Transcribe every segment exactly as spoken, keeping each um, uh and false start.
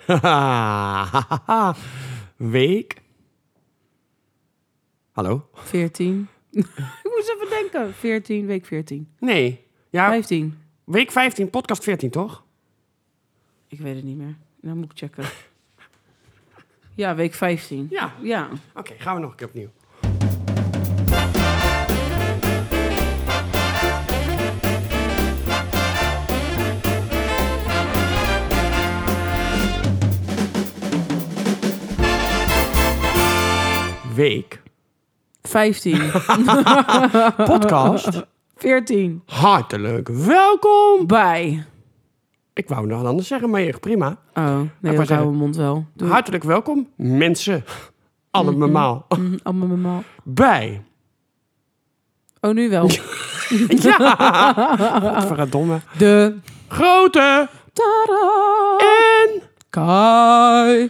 Week. Hallo? veertien. Ik moest even denken. veertien, week veertien. Nee. Ja, vijftien. week vijftien, podcast veertien, toch? Ik weet het niet meer. Nou moet ik checken. Ja, week vijftien. Ja. Ja. Oké, okay, gaan we nog een keer opnieuw. Week. vijftien. Podcast. veertien. Hartelijk welkom. Bij. Ik wou nog anders zeggen, maar prima. Oh, nee, ik hou mijn mond wel. Doei. Hartelijk welkom, mensen. Allemaal. Mm-hmm. Mm-hmm. Allemaal. Bij. Oh, nu wel. Ja. Godverdomme. De. Grote. Tada. En. Kai.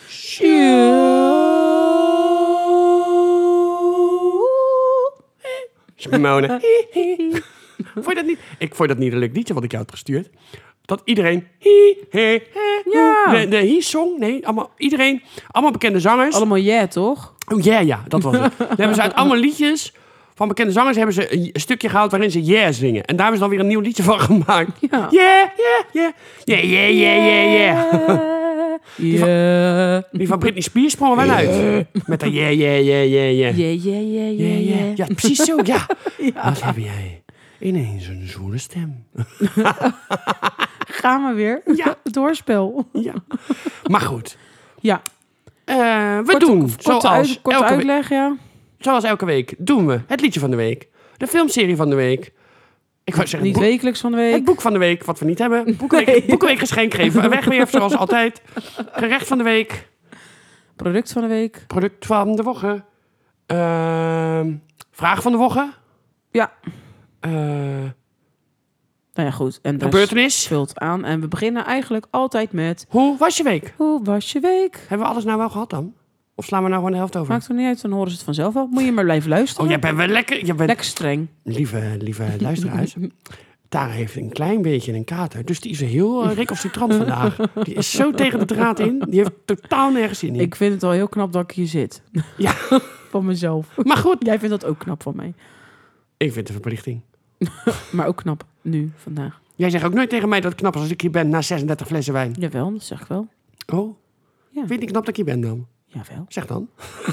Simone. Vond je dat niet? Ik vond dat niet een leuk liedje wat ik jou had gestuurd. Dat iedereen... Hi, he, he, Ja. De, de he-song. Nee, allemaal, iedereen... Allemaal bekende zangers. Allemaal yeah, toch? Oh, yeah, ja, dat was het. Dan hebben ze uit allemaal liedjes van bekende zangers... hebben ze een stukje gehaald waarin ze yeah zingen. En daar hebben ze dan weer een nieuw liedje van gemaakt. Ja. Yeah, yeah, yeah. Yeah, yeah, yeah, yeah, yeah. Die van, Yeah. die van Britney Spears sprong er wel uit. Met dat yeah, yeah, yeah, yeah, yeah. Yeah, yeah, yeah, yeah, yeah. Ja, precies zo, ja. Ja. Wat heb jij ineens een zwoele stem. Gaan we weer. Ja. Het hoorspel. Ja. Maar goed. Ja. Uh, we Korte, doen, korte, zoals, uit, korte elke uitleg, ja. week, zoals elke week, doen we het liedje van de week. De filmserie van de week. Ik wou zeggen, Niet boek, wekelijks van de week. het boek van de week, wat we niet hebben. Boekenweek, Nee. boekenweek geschenk geven. Weg weer, zoals altijd. Gerecht van de week. Product van de week. Product van de woche. Uh, vraag van de woche. Ja. Uh, Nou ja, goed. En de rest gebeurtenis. vult aan. En we beginnen eigenlijk altijd met... Hoe was je week? Hoe was je week? Hebben we alles nou wel gehad dan? Of slaan we nou gewoon de helft over? Maakt er niet uit, dan horen ze het vanzelf wel. Moet je maar blijven luisteren. Oh, jij bent wel lekker... Je bent... Lekker streng. Lieve, lieve luisteraars. Tara heeft een klein beetje een kater. Dus die is heel uh, recalcitrant vandaag. Die is zo tegen de draad in. Die heeft totaal nergens zin in. Ik vind het al heel knap dat ik hier zit. Ja. Van mezelf. Maar goed. Jij vindt dat ook knap van mij. Ik vind het een verplichting. Maar ook knap nu, vandaag. Jij zegt ook nooit tegen mij dat het knap is als ik hier ben na zesendertig flessen wijn. Jawel, dat zeg ik wel. Oh? Ja. Vind je niet knap dat ik hier ben dan? Jawel. Zeg dan.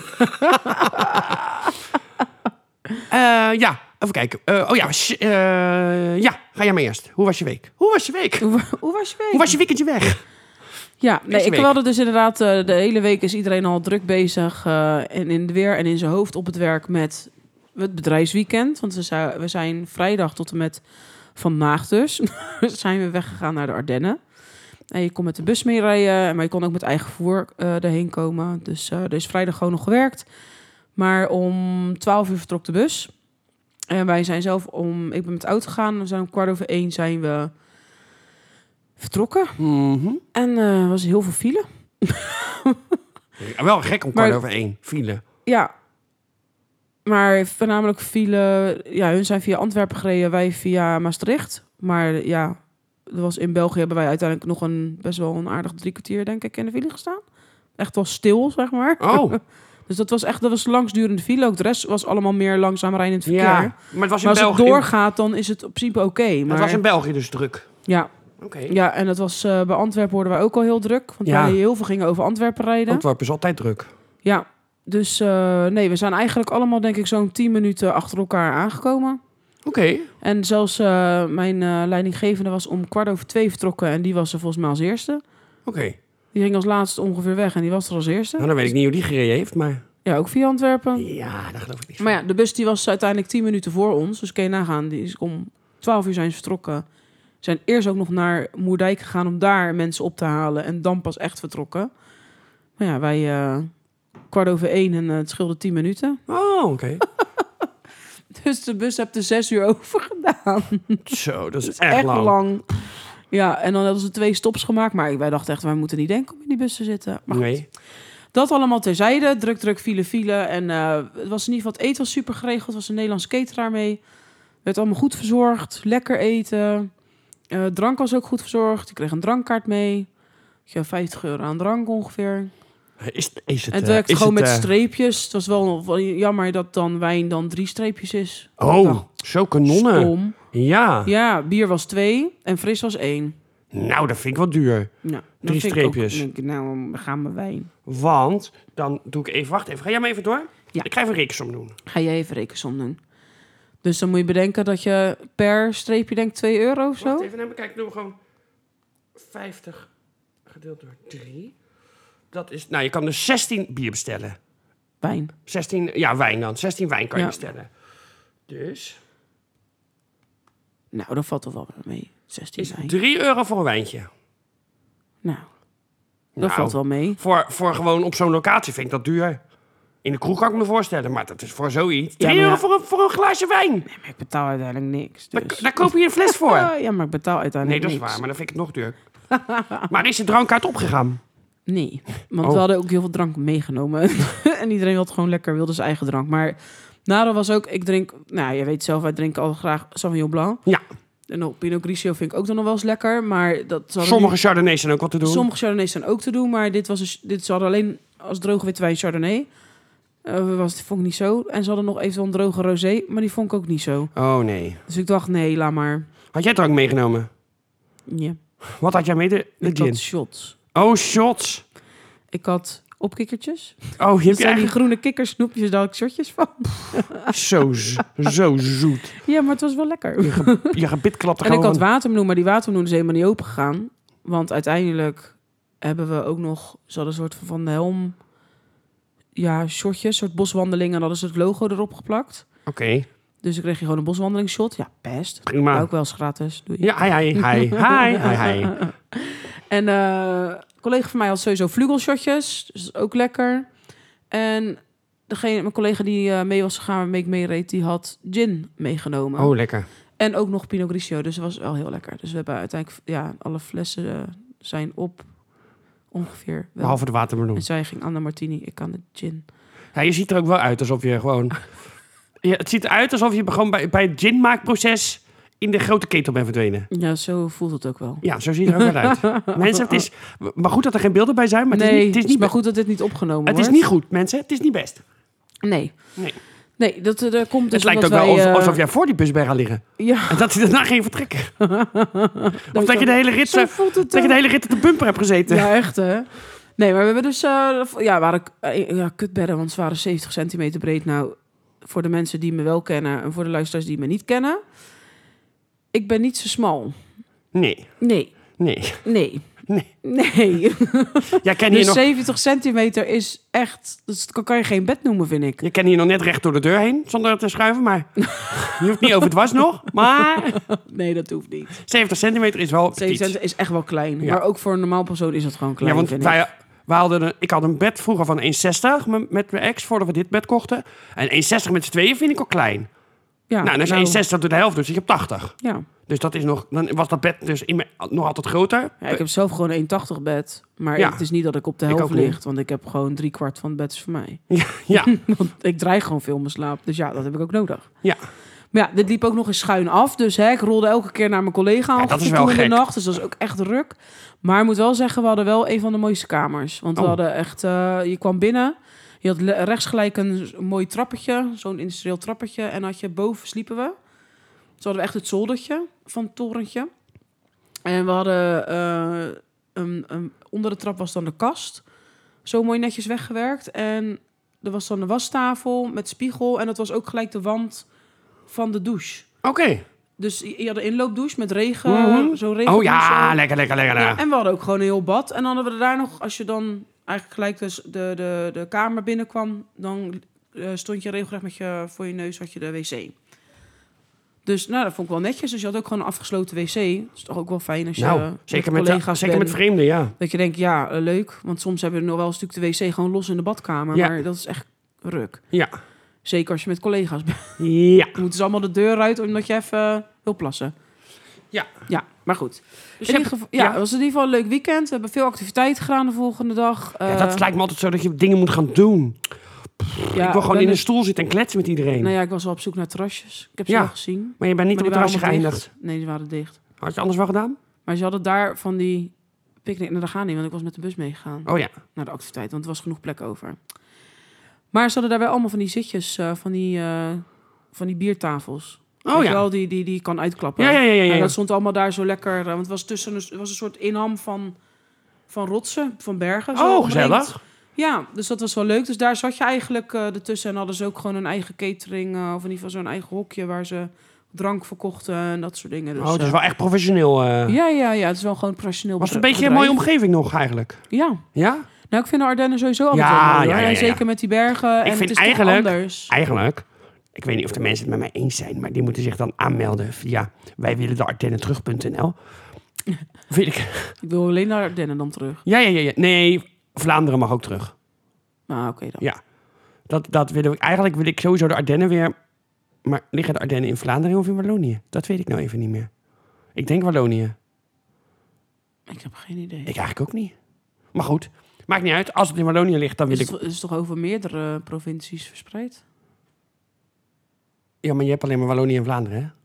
uh, ja, even kijken. Uh, oh ja, sh- uh, ja, ga jij maar eerst. Hoe was je week? Hoe was je week? Hoe, hoe was je week? Hoe was je weekendje weg? Ja, nee, Deze ik week. wilde dus inderdaad... Uh, de hele week is iedereen al druk bezig. Uh, en in de weer en in zijn hoofd op het werk met het bedrijfsweekend. Want we zijn, we zijn vrijdag tot en met vandaag dus... zijn we weggegaan naar de Ardennen. En je kon met de bus mee rijden, maar je kon ook met eigen vervoer uh, erheen komen. Dus uh, er is vrijdag gewoon nog gewerkt. Maar om twaalf uur vertrok de bus. En wij zijn zelf om... Ik ben met de auto gegaan. We zijn om kwart over één zijn we vertrokken. Mm-hmm. En er uh, was heel veel file. Ja, wel gek om kwart Maar- over één. File. Ja. Maar voornamelijk file... Ja, hun zijn via Antwerpen gereden, wij via Maastricht. Maar ja, er was in België hebben wij uiteindelijk nog een... best wel een aardig drie kwartier, denk ik, in de file gestaan. Echt wel stil, zeg maar. Oh. Dus dat was echt dat was langsdurende file. Ook de rest was allemaal meer langzaam rijdend verkeer. Ja, maar het was in Maar als België. het doorgaat, dan is het op principe oké. Okay, maar Het was in België dus druk. ja, Oké. ja, en dat was uh, bij Antwerpen hoorden wij ook al heel druk. Want Ja. wij heel veel gingen over Antwerpen rijden. Antwerpen is altijd druk. Ja, dus uh, nee, we zijn eigenlijk allemaal denk ik zo'n tien minuten achter elkaar aangekomen. Oké. Okay. En zelfs uh, mijn uh, leidinggevende was om kwart over twee vertrokken. En die was er volgens mij als eerste. Oké. Okay. Die ging als laatste ongeveer weg en die was er als eerste. Nou, dan weet ik niet hoe die gereden heeft, maar... Ja, ook via Antwerpen. Ja, dat geloof ik niet. Maar ja, de bus die was uiteindelijk tien minuten voor ons. Dus kun je nagaan, die is om twaalf uur zijn ze vertrokken. Zijn eerst ook nog naar Moerdijk gegaan om daar mensen op te halen. En dan pas echt vertrokken. Maar ja, wij uh, kwart over één en uh, het scheelde tien minuten. Oh, oké. Okay. Dus de bus heeft er zes uur over gedaan. Zo, dat is, dat is echt, echt lang. lang. Ja, en dan hadden ze twee stops gemaakt. Maar wij dachten echt, wij moeten niet denken om in die bus te zitten. Maar nee. Goed. Dat allemaal terzijde. Druk, druk, file, file. En uh, het was in ieder geval, het eten was super geregeld. Er was een Nederlandse cateraar mee. Werd allemaal goed verzorgd. Lekker eten. Uh, drank was ook goed verzorgd. Ik kreeg een drankkaart mee. je vijftig euro aan drank ongeveer. Is, is het, en het uh, werkt is gewoon het, met uh... streepjes. Het was wel, wel jammer dat dan wijn dan drie streepjes is. Oh, dacht, zo kanonnen. Stom. Ja. Ja, bier was twee en fris was één. Nou, dat vind ik wel duur. Ja, Drie streepjes. Ook, denk, nou, we gaan maar wijn. Want, dan doe ik even... Wacht even, ga jij maar even door? Ja. Ik ga even rekensom doen. Ga jij even rekensom doen. Dus dan moet je bedenken dat je per streepje denkt twee euro of zo. Wacht even, even kijken. Doen we gewoon vijftig gedeeld door drie. Dat is... Nou, je kan dus zestien bier bestellen. Wijn. zestien... Ja, wijn dan. zestien wijn kan je Ja. bestellen. Dus... Nou, dat valt toch wel mee. zestien Is wijn. drie euro voor een wijntje. Nou, dat Nou, valt wel mee. Voor, voor gewoon op zo'n locatie vind ik dat duur. In de kroeg kan ik me voorstellen, maar dat is voor zoiets. Ja, drie maar euro ja. voor een, voor een glaasje wijn. Nee, maar ik betaal uiteindelijk niks. Dus. Daar, daar koop je een fles voor. Ja, maar ik betaal Nee, uiteindelijk dat is niks. waar, maar dan vind ik het nog duur. Maar is de drankaart opgegaan? Nee, want Oh. we hadden ook heel veel drank meegenomen. En iedereen had gewoon lekker, wilde zijn eigen drank. Maar nadeel was ook, ik drink... Nou, je weet zelf, wij drinken al graag Sauvignon Blanc. Ja. En op Pinot Grigio vind ik ook dan nog wel eens lekker. Maar dat ze hadden Sommige nu- Chardonnays zijn ook wat te doen. Sommige Chardonnays zijn ook te doen. Maar dit was dus, dit ze hadden alleen als droge witte wijn Chardonnay. Uh, was, vond ik niet zo. En ze hadden nog eventueel een droge rosé. Maar die vond ik ook niet zo. Oh nee. Dus ik dacht, nee, laat maar. Had jij drank meegenomen? Ja. Wat had jij mee? De, de Ik gin? had shots. Oh, shots. Ik had opkikkertjes. Oh, je Dat hebt je zijn die eigen... groene kikkersnoepjes, daar had ik shotjes van. Zo, z- zo zoet. Ja, maar het was wel lekker. Je, ge, je gebit klapt er En ik gewoon had watermeloen, maar die watermeloen is helemaal niet open gegaan. Want uiteindelijk hebben we ook nog... Ze hadden een soort van Van de Helm... Ja, shotjes, een soort boswandeling. En hadden ze het logo erop geplakt. Oké, okay, Dus ik kreeg je gewoon een boswandeling-shot. Ja, best. prima. Ook wel eens gratis. Doe je. Ja, hi, hi, hi, hi, hi, hi. En uh, een collega van mij had sowieso vlugelshotjes. Dus dat is ook lekker. En degene, mijn collega die uh, mee was gegaan, waarmee ik meereed, die had gin meegenomen. Oh, lekker. En ook nog Pinot Grigio. Dus dat was wel heel lekker. Dus we hebben uiteindelijk... Ja, alle flessen uh, zijn op ongeveer. Wel. Behalve de watermeloen. En zij ging aan de martini, ik aan de gin. Ja, je ziet er ook wel uit alsof je gewoon... Ja, het ziet eruit alsof je gewoon bij, bij het ginmaakproces in de grote ketel bent verdwenen. Ja, zo voelt het ook wel. Ja, zo ziet het er ook wel uit. Mensen, het is... Maar goed dat er geen beelden bij zijn, maar het nee, is niet... Het is niet maar goed dat dit niet opgenomen Het wordt. is niet goed, mensen. Het is niet best. Nee. Nee. Nee, dat er komt dus Het lijkt ook omdat wel wij, alsof, uh, alsof jij voor die bus bent gaan liggen. Ja. En dat hij daarna ging vertrekken. Of dat je de hele rit... Zo voelt het Dat je de hele rit op de bumper hebt gezeten. Ja, echt hè. Nee, maar we hebben dus... Uh, ja, waren, uh, ja, kutbedden, want ze waren zeventig centimeter breed. Nou, voor de mensen die me wel kennen en voor de luisteraars die me niet kennen. Ik ben niet zo smal. Nee. Nee. Nee. Nee. Nee. Nee. Jij kent hier Dus nog... zeventig centimeter is echt... Dat kan, kan je geen bed noemen, vind ik. Je kan hier nog net recht door de deur heen, zonder te schuiven, maar... Je hoeft niet over dwars nog, maar... Nee, dat hoeft niet. zeventig centimeter is wel zeventig iets. centimeter is echt wel klein. Ja. Maar ook voor een normaal persoon is dat gewoon klein, Ja, want vind wij, ik. wij hadden een, ik had een bed vroeger van één zestig met, met mijn ex, voordat we dit bed kochten. En één zestig met z'n tweeën vind ik al klein. Ja, nou, en als je één zestig door de helft doet, zit je op tachtig. Ja. Dus dat is nog, dan was dat bed dus in mijn, nog altijd groter. Ja, ik heb zelf gewoon een één tachtig bed. Maar Ja. het is niet dat ik op de Ik helft ook niet. lig. Want ik heb gewoon drie kwart van het bed is voor mij. Ja, ja, Want ik draai gewoon veel in mijn slaap. Dus ja, dat heb ik ook nodig. ja. Maar ja, dit liep ook nog eens schuin af. Dus hè, ik rolde elke keer naar mijn collega. Ja, dat is wel in de gek. nacht. Dus dat is ook echt druk. Maar ik moet wel zeggen, we hadden wel een van de mooiste kamers. Want we Oh. hadden echt... Uh, je kwam binnen. Je had le- rechts gelijk een, een mooi trappetje. Zo'n industrieel trappetje. En had je boven sliepen we. Dus hadden we echt het zoldertje van het torentje. En we hadden... Uh, een, een, onder de trap was dan de kast. Zo mooi netjes weggewerkt. En er was dan een wastafel met spiegel. En dat was ook gelijk de wand van de douche. Oké. Okay. Dus je je had een inloopdouche met regen. Mm-hmm. Zo'n regen. Oh ja, lekker, lekker, lekker. Ja, en we hadden ook gewoon een heel bad. En dan hadden we daar nog, als je dan eigenlijk gelijk dus de, de, de kamer binnenkwam, dan uh, stond je regelrecht met je voor je neus had je de wc. Dus nou, dat vond ik wel netjes. Dus je had ook gewoon een afgesloten wc. Dat is toch ook wel fijn als je Nou, uh, zeker met met, collega's zeker bent. met vreemden, ja. Dat je denkt, ja, uh, leuk. Want soms hebben we nog wel een stuk de wc gewoon los in de badkamer. Ja. Maar dat is echt ruk. Ja. Zeker als je met collega's bent. Ja. Dan moeten ze allemaal de deur uit omdat je even uh, wil plassen. Ja. Ja, maar goed. Dus in je ieder hebt- geval, ja, ja. het was in ieder geval een leuk weekend. We hebben veel activiteiten gedaan de volgende dag. Ja, Uh, dat lijkt me altijd zo dat je dingen moet gaan doen. ja, ik wil gewoon ben in een dus- stoel zitten en kletsen met iedereen. Nou ja, ik was wel op zoek naar terrasjes. Ik heb ze Ja. wel gezien. Maar je bent niet Maar op die het waren terrasje allemaal geëindigd. dicht. Nee, die waren dicht. Had je anders wel gedaan? Maar ze hadden daar van die picknick. Nou, dat gaat niet, want ik was met de bus meegegaan. Oh ja. Naar de activiteit, want er was genoeg plek over. Maar ze hadden daarbij allemaal van die zitjes, uh, van, die, uh, van die biertafels. Oh Weet ja. je wel, die, die, die je kan uitklappen. Ja, ja, ja, ja, ja. En dat stond allemaal daar zo lekker. Uh, want het was tussen, het was een soort inham van, van rotsen, van bergen. Zo Oh, omringd. gezellig. Ja, dus dat was wel leuk. Dus daar zat je eigenlijk uh, ertussen. En hadden ze ook gewoon een eigen catering. Uh, of in ieder geval zo'n eigen hokje waar ze drank verkochten en dat soort dingen. Dus, Oh, het is uh, wel echt professioneel. Uh... ja, ja, ja. Het is wel gewoon professioneel. Was het een bedrijf. beetje een mooie omgeving nog eigenlijk? Ja. Ja? Nou, ik vind de Ardennen sowieso altijd Ja, wel mooi. ja, hoor. ja, En ja. zeker met die bergen. Ik en vind het is eigenlijk- toch anders. Eigenlijk, ik weet niet of de mensen het met mij eens zijn, maar die moeten zich dan aanmelden via wij willen de Ardennen terug punt n l. Weet ik. Ik wil alleen naar Ardennen dan terug. Ja, ja, ja, ja. Nee, Vlaanderen mag ook terug. Nou, oké dan. Ja. Dat, dat wil ik. Eigenlijk wil ik sowieso de Ardennen weer. Maar liggen de Ardennen in Vlaanderen of in Wallonië? Dat weet ik nou even niet meer. Ik denk Wallonië. Ik heb geen idee. Ik eigenlijk ook niet. Maar goed, maakt niet uit. Als het in Wallonië ligt, dan wil Is ik... het, is het toch over meerdere provincies verspreid? Ja, maar je hebt alleen maar Wallonië en Vlaanderen, hè?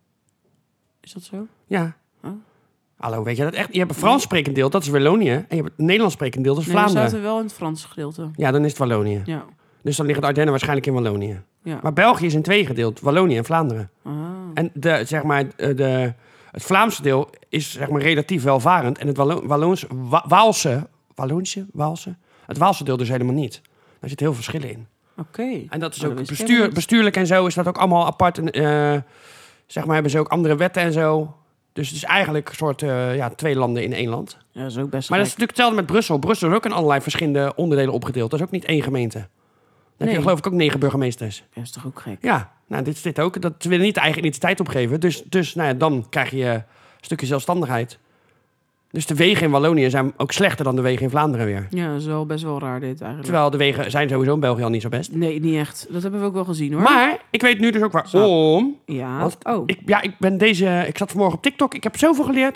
Is dat zo? Ja. Oh. Hallo, weet je dat echt? Je hebt een Frans sprekend deel, dat is Wallonië. En je hebt het Nederlands sprekend deel, dat is Nee, we Vlaanderen. zaten wel in het Franse gedeelte. Ja, dan is het Wallonië. Ja. Dus dan liggen de Ardennen waarschijnlijk in Wallonië. Ja. Maar België is in twee gedeeld, Wallonië en Vlaanderen. Ah. En de, zeg maar, de, het Vlaamse deel is zeg maar, relatief welvarend. En het Wallo- Walloons, Wa- Waalse, Walloonsje, Waalse, het Waalse deel dus helemaal niet. Daar zit heel veel verschillen in. Oké. En dat is Oh, ook dat wist ik bestuur, helemaal niet. bestuurlijk en zo is dat ook allemaal apart. En, eh, zeg maar hebben ze ook andere wetten en zo. Dus het is eigenlijk een soort eh, ja, twee landen in één land. Ja, dat is ook best Maar dat is gek. natuurlijk hetzelfde met Brussel. Brussel is ook in allerlei verschillende onderdelen opgedeeld. Dat is ook niet één gemeente. Dan heb Nee. je geloof ik ook negen burgemeesters. Ja, dat is toch ook gek? Ja, nou dit is dit ook. Dat, ze willen niet de eigen identiteit opgeven. Dus, dus nou ja, dan krijg je een stukje zelfstandigheid. Dus de wegen in Wallonië zijn ook slechter dan de wegen in Vlaanderen weer. Ja, dat is wel best wel raar dit eigenlijk. Terwijl de wegen zijn sowieso in België al niet zo best. Nee, niet echt. Dat hebben we ook wel gezien hoor. Maar ik weet nu dus ook waarom. Ja. Want Oh. ik, ja, ik ben deze. Ik zat vanmorgen op TikTok. Ik heb zoveel geleerd.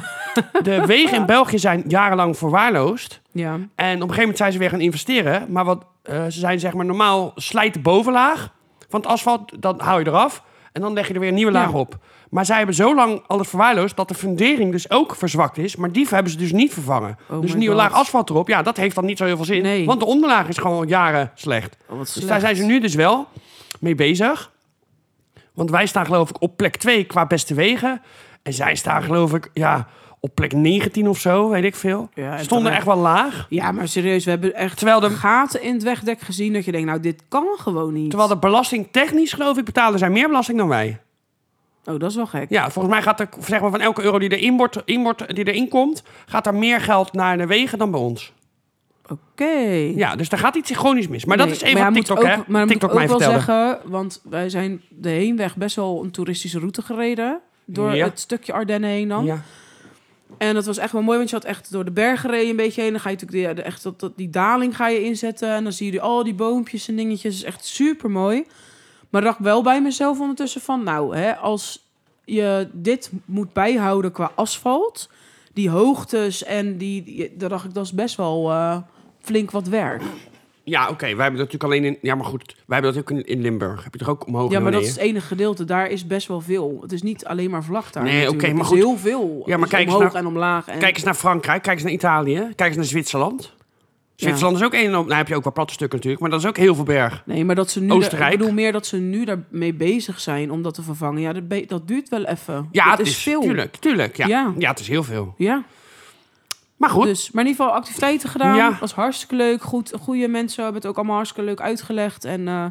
De wegen in België zijn jarenlang verwaarloosd. Ja. En op een gegeven moment zijn ze weer gaan investeren. Maar wat, uh, ze zijn zeg maar normaal slijt de bovenlaag van het asfalt. Dan hou je eraf. En dan leg je er weer een nieuwe laag Ja. op. Maar zij hebben zo lang alles verwaarloosd dat de fundering dus ook verzwakt is. Maar die hebben ze dus niet vervangen. Oh dus my een nieuwe God. laag asfalt erop. Ja, dat heeft dan niet zo heel veel zin. Nee. Want de onderlaag is gewoon jaren slecht. Oh, wat Dus slecht. daar zijn ze nu dus wel mee bezig. Want wij staan geloof ik op plek twee qua beste wegen. En zij staan geloof ik ja, op plek negentien of zo, weet ik veel. Ja, en Stonden terecht. echt wel laag. Ja, maar serieus, we hebben echt Terwijl de, gaten in het wegdek gezien dat je denkt, nou, dit kan gewoon niet. terwijl de belasting technisch geloof ik betalen zij meer belasting dan wij. Oh, dat is wel gek. Ja, volgens mij gaat er zeg maar, van elke euro die erin, wordt, in wordt, die erin komt, gaat er meer geld naar de wegen dan bij ons. Oké. Ja, dus daar gaat iets chronisch mis. Maar dat Nee, is even maar wat ja, TikTok, moet hè? ook, Maar dan TikTok moet ik mij ook wel vertelde. zeggen, want wij zijn de heenweg best wel een toeristische route gereden. Door Ja. het stukje Ardennen heen dan. Ja. En dat was echt wel mooi, want je had echt door de bergen gereden een beetje heen. Dan ga je natuurlijk die, de, echt dat, dat, die daling ga je inzetten. En dan zie je die, al die boompjes en dingetjes. Dat is echt super mooi. Maar ik dacht wel bij mezelf ondertussen van, nou, hè, als je dit moet bijhouden qua asfalt, die hoogtes en die, die dan dacht ik, dat is best wel uh, flink wat werk. Ja, oké. Wij hebben dat natuurlijk alleen in... Ja, maar goed. Wij hebben dat ook in, in Limburg. Heb je toch ook omhoog Ja, en maar dat beneden? is het enige gedeelte. Daar is best wel veel. Het is niet alleen maar vlak daar. Nee, natuurlijk. oké, maar Het is goed. heel veel. Ja, maar Het is kijk eens omhoog naar- en omlaag. En... Kijk eens naar Frankrijk, kijk eens naar Italië, kijk eens naar Zwitserland. Zwitserland is ook een... Nou heb je ook wel platte stukken natuurlijk, maar dat is ook heel veel berg. Nee, maar dat ze nu... Oostenrijk. Ik bedoel meer dat ze nu daarmee bezig zijn om dat te vervangen. Ja, dat, be- dat duurt wel even. Ja, dat het is veel. Tuurlijk, tuurlijk. Ja. Ja. Ja. het is heel veel. Ja, Maar goed, dus. Maar in ieder geval activiteiten gedaan. Ja. Was hartstikke leuk. Goed, goede mensen hebben het ook allemaal hartstikke leuk uitgelegd. En uh,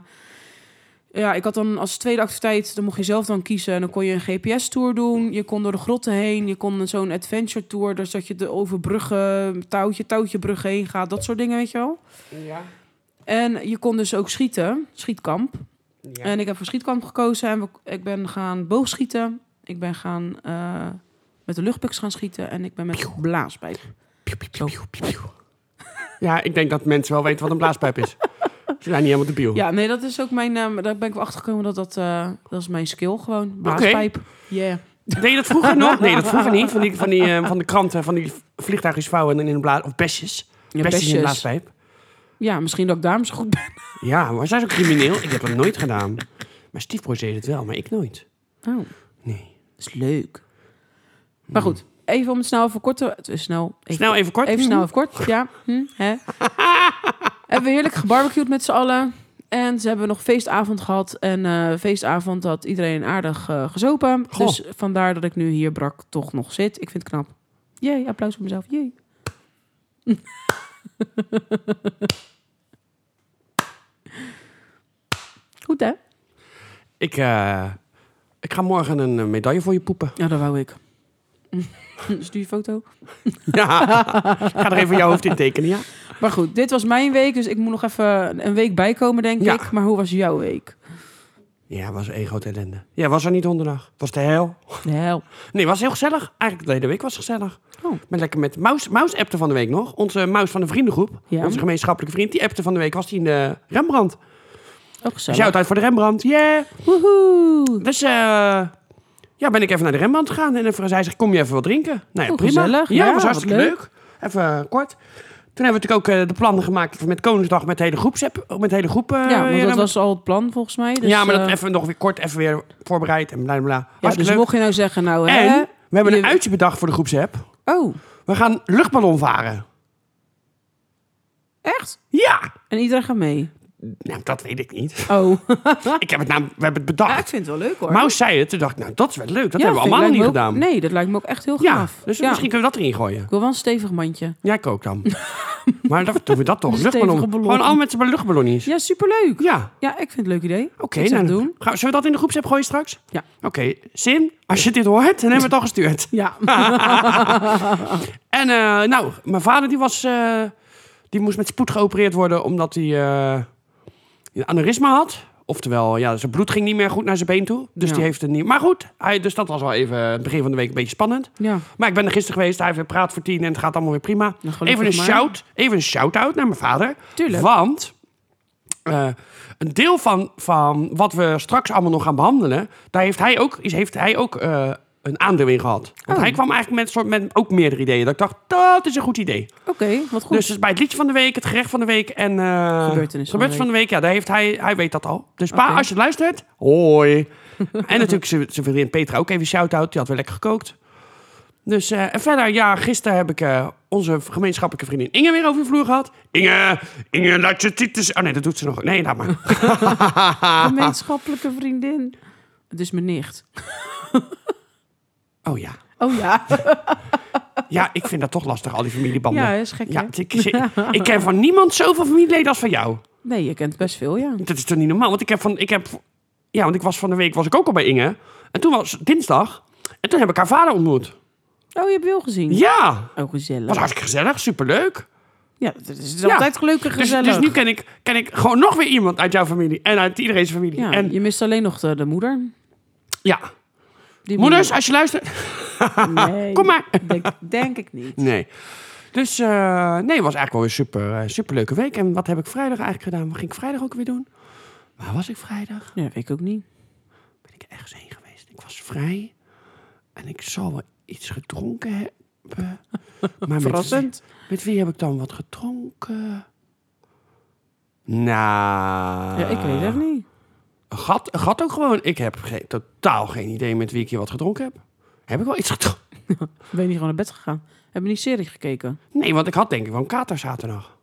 ja, ik had dan als tweede activiteit... Dan mocht je zelf dan kiezen. En dan kon je een G P S-tour doen. Je kon door de grotten heen. Je kon zo'n adventure-tour. Dus dat je de over bruggen, touwtje, touwtje bruggen heen gaat. Dat soort dingen, weet je wel. ja. En je kon dus ook schieten. Schietkamp. Ja. En ik heb voor schietkamp gekozen. En we- ik ben gaan boogschieten. Ik ben gaan uh, met de luchtbuks gaan schieten. En ik ben met een blaaspijp. Zo. ja, ik denk dat mensen wel weten wat een blaaspijp is. Ze zijn niet helemaal debiel. Ja, nee, dat is ook mijn... Uh, daar ben ik wel achtergekomen dat dat... Uh, dat is mijn skill gewoon. Blaaspijp. Yeah. Deed je dat vroeger nog? Nee, dat vroeger niet. Van, die, van, die, uh, van de kranten, van die vliegtuigjes vouwen en in een blaas... Of besjes. Ja, besjes in een besjes. blaaspijp. Ja, misschien dat ik daarom zo goed ben. Ja, maar zij is ook crimineel. Ik heb dat nooit gedaan. Mijn stiefbroer deed het wel, maar ik nooit. Oh, Nee. dat is leuk. Maar goed. even om het snel even kort te... Uh, snel, even, Snel even kort. Even snel even kort, ja. Hm, hè. Hebben we heerlijk gebarbecued met z'n allen. En ze hebben nog feestavond gehad. En uh, feestavond had iedereen aardig uh, gezopen. Goh. Dus vandaar dat ik nu hier brak toch nog zit. Ik vind het knap. Jee, applaus voor mezelf. Jee. Goed, hè? Ik, uh, ik ga morgen een medaille voor je poepen. Ja, dat wou ik. Stuur je foto? Ja, ik ga er even jouw hoofd in tekenen, ja. Maar goed, dit was mijn week, dus ik moet nog even een week bijkomen, denk Ja. ik. Maar hoe was jouw week? Ja, was één grote ellende. Ja, was er niet donderdag. Was de hel. De hel. Nee, was heel gezellig. Eigenlijk de hele week was gezellig. Oh. Maar lekker met Maus. Maus appte van de week nog. Onze Maus van de vriendengroep. Ja. Onze gemeenschappelijke vriend. Die appte van de week. Was die in de Rembrandt. Oh, gezellig. Shout-out voor de Rembrandt. Yeah. Woehoe. Dus uh, ja, ben ik even naar de Rembrandt gegaan. En even, zij zegt, kom je even wat drinken? Nou ja, Oh, prima. gezellig. Ja, Ja, was hartstikke wat leuk. leuk. Even uh, kort. Toen hebben we natuurlijk ook uh, de plannen gemaakt met Koningsdag. Met de hele groepsapp. Met de hele groep. Uh, Ja, want weer. dat was al het plan volgens mij. Dus, ja, maar dat uh, even nog weer kort even weer voorbereid. En bla bla bla. ja, Hartstikke dus leuk. mocht je nou zeggen, nou En hè... we hebben je- een uitje bedacht voor de groepsapp. Oh, We gaan luchtballon varen. echt? Ja! En iedereen gaat mee? Nou, dat weet ik niet. Oh. Ik heb het nou, we hebben het Ja, ik bedacht. vind het wel leuk hoor. Maus zei het, toen dacht ik, nou, dat is wel leuk. Dat Ja, hebben we vind- allemaal nog lijkt niet me ook- gedaan. Nee, dat lijkt me ook echt heel Ja, gaaf. dus Ja. misschien kunnen we dat erin gooien. Ik wil wel een stevig mandje. Ja, ik ook dan. Maar dan doen we dat toch. Een Luchtballon. stevige ballon. Gewoon allemaal met z'n luchtballonnies. Ja, superleuk. Ja. Ja, ik vind het een leuk idee. Oké, Ik zou het nou, doen. gaan- zullen we dat in de groepsapp gooien straks? Ja. Oké, Sim, als je dit hoort, dan hebben we het al gestuurd. Ja. En eh, nou, mijn vader die was, eh, die moest met spoed geopereerd worden omdat hij eh, een aneurysma had. Oftewel, ja, zijn bloed ging niet meer goed naar zijn been toe. Dus Ja. die heeft het niet. Maar goed, hij, dus dat was wel even het begin van de week een beetje spannend. Ja. Maar ik ben er gisteren geweest, hij heeft weer praat voor tien en het gaat allemaal weer prima. Nou, gelukkig Even een maar. shout, even een shout-out naar mijn vader. Tuurlijk. Want eh, een deel van, van wat we straks allemaal nog gaan behandelen, daar heeft hij ook, is, heeft hij ook eh, een aandeel in gehad. Want Oh. hij kwam eigenlijk met, soort, met ook meerdere ideeën. Dat ik dacht, dat is een goed idee. Oké, wat goed. Dus het is bij het liedje van de week, het gerecht van de week en uh, Gebeurtenis van de van de week. Ja, daar heeft hij, hij weet dat al. Dus pa, Oké. als je het luistert, hoi. En natuurlijk zijn zijn vriendin Petra ook even shout-out. Die had weer lekker gekookt. Dus uh, en verder, ja, gisteren heb ik uh, onze gemeenschappelijke vriendin Inge weer over de vloer gehad. Inge, Inge, laat je titel... Oh nee, dat doet ze nog. Nee, laat maar. Gemeenschappelijke vriendin. Het is mijn nicht. Oh ja. Oh ja. Ja, ik vind dat toch lastig, al die familiebanden. Ja, is gek, Ja, hè? ik, ik, ik ken van niemand zoveel familieleden als van jou. Nee, je kent best veel, ja. Dat is toch niet normaal? Want ik heb van... Ik heb, ja, want ik was van de week was ik ook al bij Inge. En toen was dinsdag. En toen heb ik haar vader ontmoet. Oh, je hebt Wil gezien? Ja. Oh, gezellig. Was hartstikke gezellig. Superleuk. Ja, het is Ja. altijd gelukkig Dus, gezellig. dus nu ken ik, ken ik gewoon nog weer iemand uit jouw familie. En uit iedereen's familie. Ja, en je mist alleen nog de, de moeder. ja. Die Moeders, als je luistert. Nee, Kom maar. Denk, denk ik niet. Nee. Dus uh, nee, het was eigenlijk wel een super, uh, super leuke week. En wat heb ik vrijdag eigenlijk gedaan? Wat ging ik vrijdag ook weer doen? Waar was ik vrijdag? Ja, weet ik ook niet. Ben ik ergens heen geweest? Ik was vrij. En ik zal wel iets gedronken hebben. Maar met, Verrassend. met wie heb ik dan wat gedronken? Nou... Ja, ik weet het niet. Een gat, een gat ook gewoon. Ik heb geen, totaal geen idee met wie ik hier wat gedronken heb. Heb ik wel iets gedronken? Ben je niet gewoon naar bed gegaan? Heb je niet serie gekeken? Nee, want ik had denk ik wel een kater zaterdag.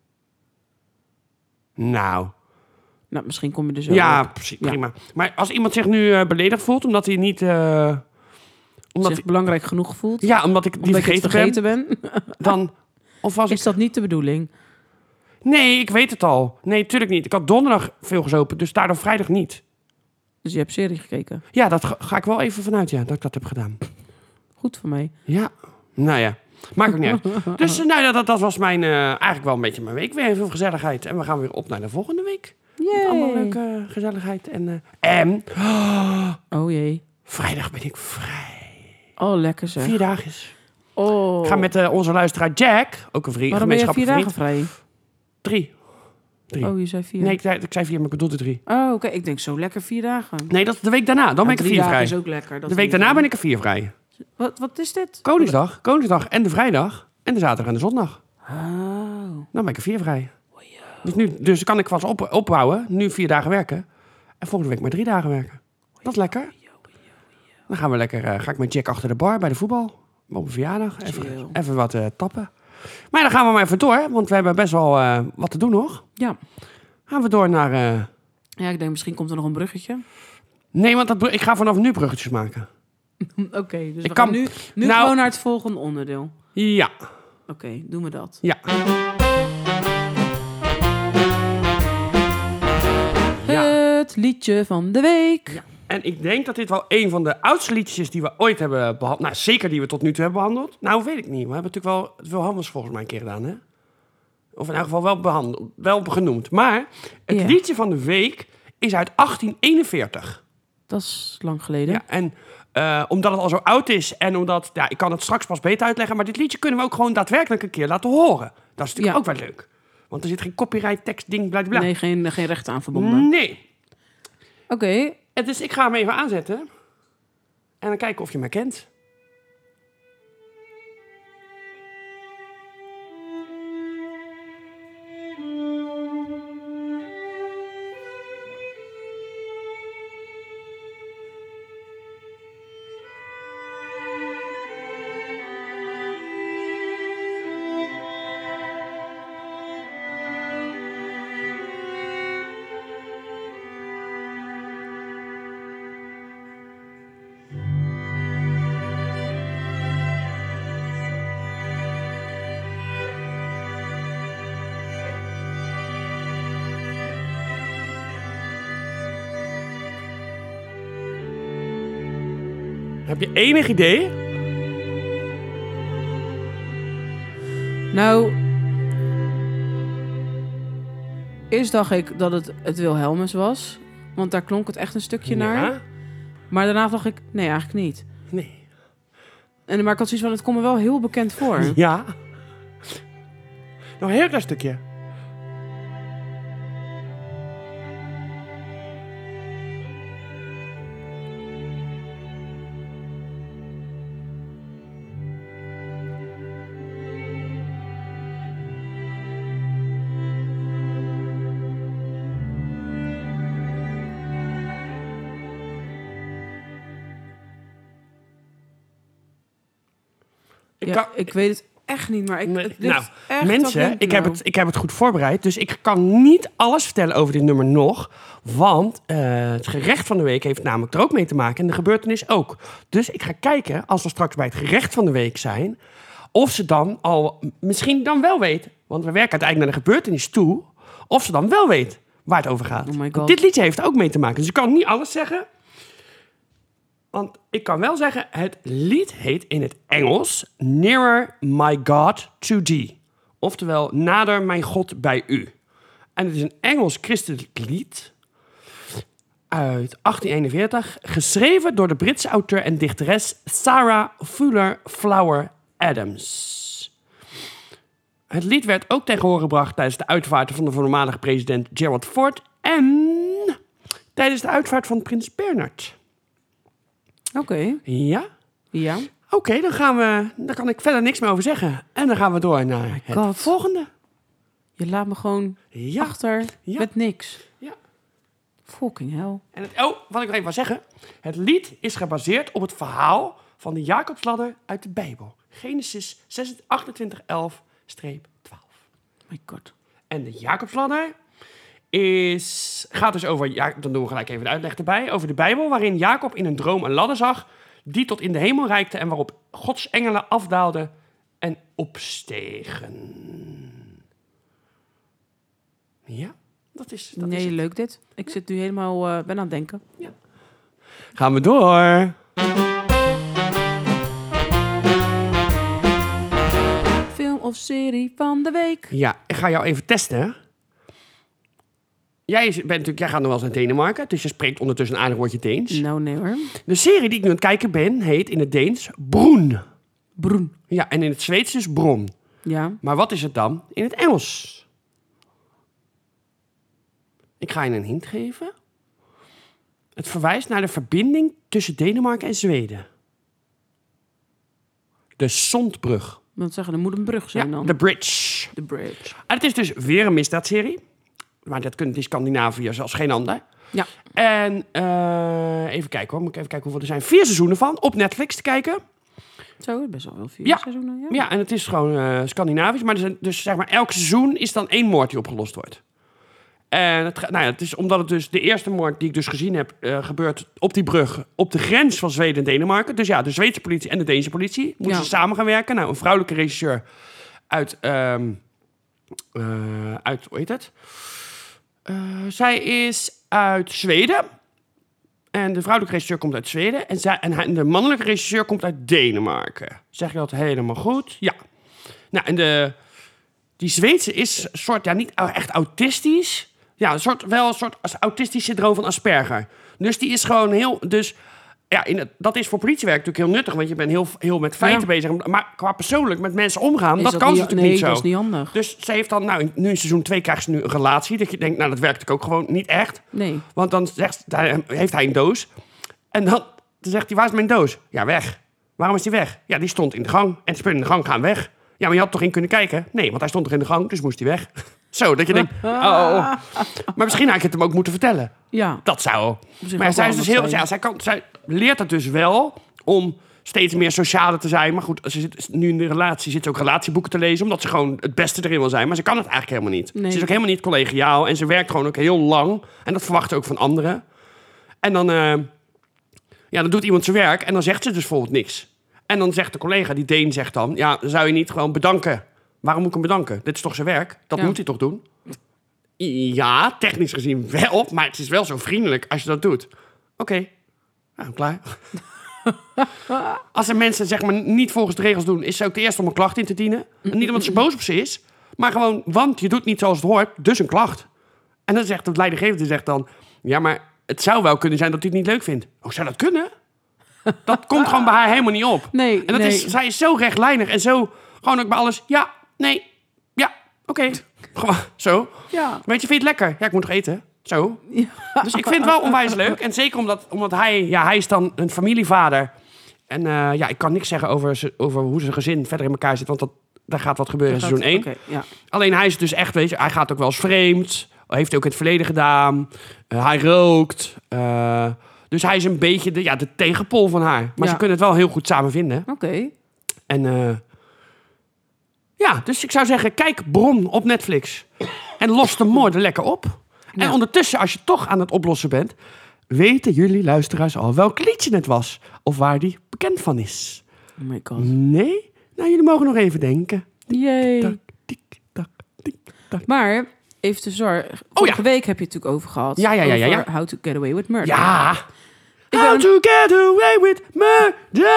Nou, Nou, misschien kom je er zo ja, op. precies, Ja. prima. Maar als iemand zich nu uh, beledigd voelt, omdat hij niet... Uh, omdat Zich belangrijk genoeg voelt? ja, omdat ik die Omdat je het vergeten, vergeten ben, ben? dan... Of was ik... Is dat niet de bedoeling? Nee, ik weet het al. Nee, tuurlijk niet. Ik had donderdag veel gezopen, dus daardoor vrijdag niet. Dus je hebt serie gekeken. Ja, dat ga, ga ik wel even vanuit, ja, dat ik dat heb gedaan. Goed voor mij. Ja, nou ja. Maakt ook niet uit. Dus uh, nou, ja, dat, dat was mijn, uh, eigenlijk wel een beetje mijn week. Weer veel gezelligheid. En we gaan weer op naar de volgende week. Yay. Allemaal leuke uh, gezelligheid. En, uh, en oh, Oh jee. vrijdag ben ik vrij. Oh, lekker zeg. Vier dagen is. Oh. Ik ga met uh, onze luisteraar Jack, ook een vriend, Waarom ben je vier gemeenschappelijke dagen vriend. vrij? Drie. Drie. Oh, je zei vier. Nee, ik, zei- ik zei vier, maar ik bedoelde drie. Oh, oké. Ik denk zo lekker vier dagen. Nee, dat is de week daarna. Dan ben ik er drie vier dagen vrij. is ook lekker. Dat De week is daarna niet- ben ik er vier vrij. Wat, wat is dit? Koningsdag, Koningsdag en de vrijdag. En de zaterdag en de zondag. Oh. Dan ben ik er vier vrij. Dus, nu, dus kan ik vast op, opbouwen. Nu vier dagen werken. En volgende week maar drie dagen werken. Dat is lekker. Dan gaan we lekker, uh, ga ik met Jack achter de bar bij de voetbal. op mijn verjaardag. Chill. Even, even wat uh, tappen. Maar dan gaan we maar even door, want we hebben best wel uh, wat te doen nog. Ja. Gaan we door naar... Uh... Ja, ik denk misschien komt er nog een bruggetje. Nee, want dat, ik ga vanaf nu bruggetjes maken. Oké, okay, dus ik we kan... gaan nu, nu nou... gewoon naar het volgende onderdeel. Ja. Oké, okay, doen we dat. Ja. Het liedje van de week. Ja. En ik denk dat dit wel een van de oudste liedjes is die we ooit hebben behandeld. Nou, zeker die we tot nu toe hebben behandeld. Nou, weet ik niet. We hebben natuurlijk wel het Wilhelmus volgens mij een keer gedaan, hè? Of in elk geval wel behandeld, wel genoemd. Maar het ja. liedje van de week is uit achttien eenenveertig. Dat is lang geleden. Ja, en uh, omdat het al zo oud is en omdat... Ja, ik kan het straks pas beter uitleggen, maar dit liedje kunnen we ook gewoon daadwerkelijk een keer laten horen. Dat is natuurlijk ja. ook wel leuk. Want er zit geen copyright, tekst, ding, bla, bla. Nee, geen, geen rechten aan verbonden. Nee. Oké. Okay. Dus ik ga hem even aanzetten. En dan kijken of je me kent. Heb je enig idee? Nou, eerst dacht ik dat het het Wilhelmus was. Want daar klonk het echt een stukje ja. naar. Maar daarna dacht ik, nee, eigenlijk niet. Nee. En, maar ik had zoiets van, het komt me wel heel bekend voor. Ja. Nog een heel klein stukje. Ik, ja, kan, ik weet het echt niet, maar ik... Nee, het nou, echt mensen, ik heb, het, ik heb het goed voorbereid. Dus ik kan niet alles vertellen over dit nummer nog. Want uh, het gerecht van de week heeft namelijk er ook mee te maken. En de gebeurtenis ook. Dus ik ga kijken, als we straks bij het gerecht van de week zijn... of ze dan al misschien dan wel weet... want we werken uiteindelijk naar de gebeurtenis toe... of ze dan wel weet waar het over gaat. Oh my God. Dit liedje heeft er ook mee te maken. Dus ik kan niet alles zeggen... Want ik kan wel zeggen, het lied heet in het Engels... Nearer My God to Thee. Oftewel, nader mijn God bij u. En het is een Engels christelijk lied... uit achttien eenenveertig... geschreven door de Britse auteur en dichteres... Sarah Fuller Flower Adams. Het lied werd ook tegen horen gebracht... tijdens de uitvaart van de voormalige president Gerald Ford... en tijdens de uitvaart van prins Bernhard... Oké. Okay. Ja? Ja. Oké, okay, dan gaan we... Daar kan ik verder niks meer over zeggen. En dan gaan we door naar My het God. volgende. Je laat me gewoon ja. achter ja. met niks. Ja. Fucking hell. En het, oh, wat ik nog even wil zeggen. Het lied is gebaseerd op het verhaal van de Jacobsladder uit de Bijbel. Genesis achtentwintig elf twaalf. My God. En de Jacobsladder is, gaat dus over... Ja, dan doen we gelijk even de uitleg erbij. Over de Bijbel, waarin Jacob in een droom een ladder zag... die tot in de hemel reikte... en waarop Gods engelen afdaalden en opstegen. Ja, dat is... Dat nee, is het. leuk dit. Ik zit nu helemaal... Uh, ben aan het denken. Ja. Gaan we door. Film of serie van de week. Ja, ik ga jou even testen. Jij, bent natuurlijk, jij gaat nog wel eens naar Denemarken, dus je spreekt ondertussen een aardig woordje Deens. Nou, nee hoor. De serie die ik nu aan het kijken ben, heet in het Deens Broen. Broen. Ja, en in het Zweeds dus Bron. Ja. Maar wat is het dan in het Engels? Ik ga je een hint geven. Het verwijst naar de verbinding tussen Denemarken en Zweden. De Zondbrug. Wat zeggen, er moet een brug zijn Ja, dan. de bridge. De bridge. En het is dus weer een misdaadserie. Maar dat kunt in Scandinavië zoals geen ander. Ja. En uh, even kijken hoor, moet ik even kijken hoeveel er zijn. Vier seizoenen van, op Netflix te kijken. Zo, best wel wel vier Ja. seizoenen. Ja. Ja, en het is gewoon uh, Scandinavisch. Maar er zijn, dus zeg maar, elk seizoen is dan één moord die opgelost wordt. En het, nou ja, het is omdat het dus de eerste moord die ik dus gezien heb... Uh, gebeurt op die brug op de grens van Zweden en Denemarken. Dus ja, de Zweedse politie en de Deense politie moeten Ja. samen gaan werken. Nou, een vrouwelijke regisseur uit... Um, uh, uit, hoe heet het? Uh, zij is uit Zweden. En de vrouwelijke regisseur komt uit Zweden. En, zij, en, hij, en de mannelijke regisseur komt uit Denemarken. Zeg je dat helemaal goed? Ja. Nou, en de, die Zweedse is een soort, ja, niet echt autistisch... Ja, een soort, wel een soort autistisch syndroom van Asperger. Dus die is gewoon heel... Dus ja, in het, dat is voor politiewerk natuurlijk heel nuttig... want je bent heel, heel met feiten ja. bezig. Maar qua persoonlijk met mensen omgaan... Is dat, dat kan niet, ze natuurlijk nee, niet zo. dat is niet handig. Dus ze heeft dan... Nou, nu in seizoen twee krijgt ze nu een relatie... dat je denkt, nou, dat werkt natuurlijk ook gewoon niet echt. Nee. Want dan zegt, heeft hij een doos... en dan, dan zegt hij, waar is mijn doos? Ja, weg. Waarom is die weg? Ja, die stond in de gang. En de spullen in de gang gaan weg. Ja, maar je had toch in kunnen kijken? Nee, want hij stond toch in de gang, dus moest hij weg. Zo, dat je denkt, oh, oh. Maar misschien had ik het hem ook moeten vertellen. Ja. Dat zou. Misschien maar zij is dus heel, zijn. ja, zij, kan, zij leert het dus wel om steeds meer socialer te zijn. Maar goed, ze zit nu in de relatie, zit ze ook relatieboeken te lezen, omdat ze gewoon het beste erin wil zijn. Maar ze kan het eigenlijk helemaal niet. Nee. Ze is ook helemaal niet collegiaal en ze werkt gewoon ook heel lang. En dat verwacht ze ook van anderen. En dan, uh, ja, dan doet iemand zijn werk en dan zegt ze dus bijvoorbeeld niks. En dan zegt de collega, die Deen zegt dan, ja, zou je niet gewoon bedanken? Waarom moet ik hem bedanken? Dit is toch zijn werk? Dat ja. moet hij toch doen? Ja, technisch gezien wel, maar het is wel zo vriendelijk als je dat doet. Oké, okay. Nou, klaar. Als er mensen zeg maar niet volgens de regels doen, is ze ook de eerste om een klacht in te dienen. En niet omdat ze boos op ze is, maar gewoon, want je doet niet zoals het hoort, dus een klacht. En dan zegt de leidinggevende zegt dan, ja, maar het zou wel kunnen zijn dat hij het niet leuk vindt. Oh, zou dat kunnen? Dat komt gewoon bij haar helemaal niet op. Nee, en dat nee. is, zij is zo rechtlijnig en zo, gewoon ook bij alles, ja, nee, ja, oké. Okay. Gewoon zo. Ja. Weet je, vind je het lekker? Ja, ik moet nog eten. Zo. Ja. Dus ik vind het wel onwijs leuk. En zeker omdat, omdat hij, ja, hij is dan een familievader. En uh, ja, ik kan niks zeggen over, over hoe zijn gezin verder in elkaar zit. Want dat, daar gaat wat gebeuren in seizoen één. Okay, ja. Alleen hij is dus echt, weet je, hij gaat ook wel eens vreemd. Heeft hij ook in het verleden gedaan. Uh, hij rookt. Uh, dus hij is een beetje de, ja, de tegenpol van haar. Maar ja. ze kunnen het wel heel goed samen vinden. Oké. Okay. En uh, ja, dus ik zou zeggen, kijk Bron op Netflix. En los de moorden lekker op. Ja. En ondertussen, als je toch aan het oplossen bent, weten jullie luisteraars al welk liedje het was? Of waar die bekend van is? Oh my god. Nee? Nou, jullie mogen nog even denken. Jee. Tik, tik, tak, tik, tak. Maar, even te zorgen. Vorige oh, ja. week heb je het natuurlijk over gehad. Ja, ja, ja. ja, ja. How to Get Away with Murder. Ja. Ik How ben... to Get Away with Murder.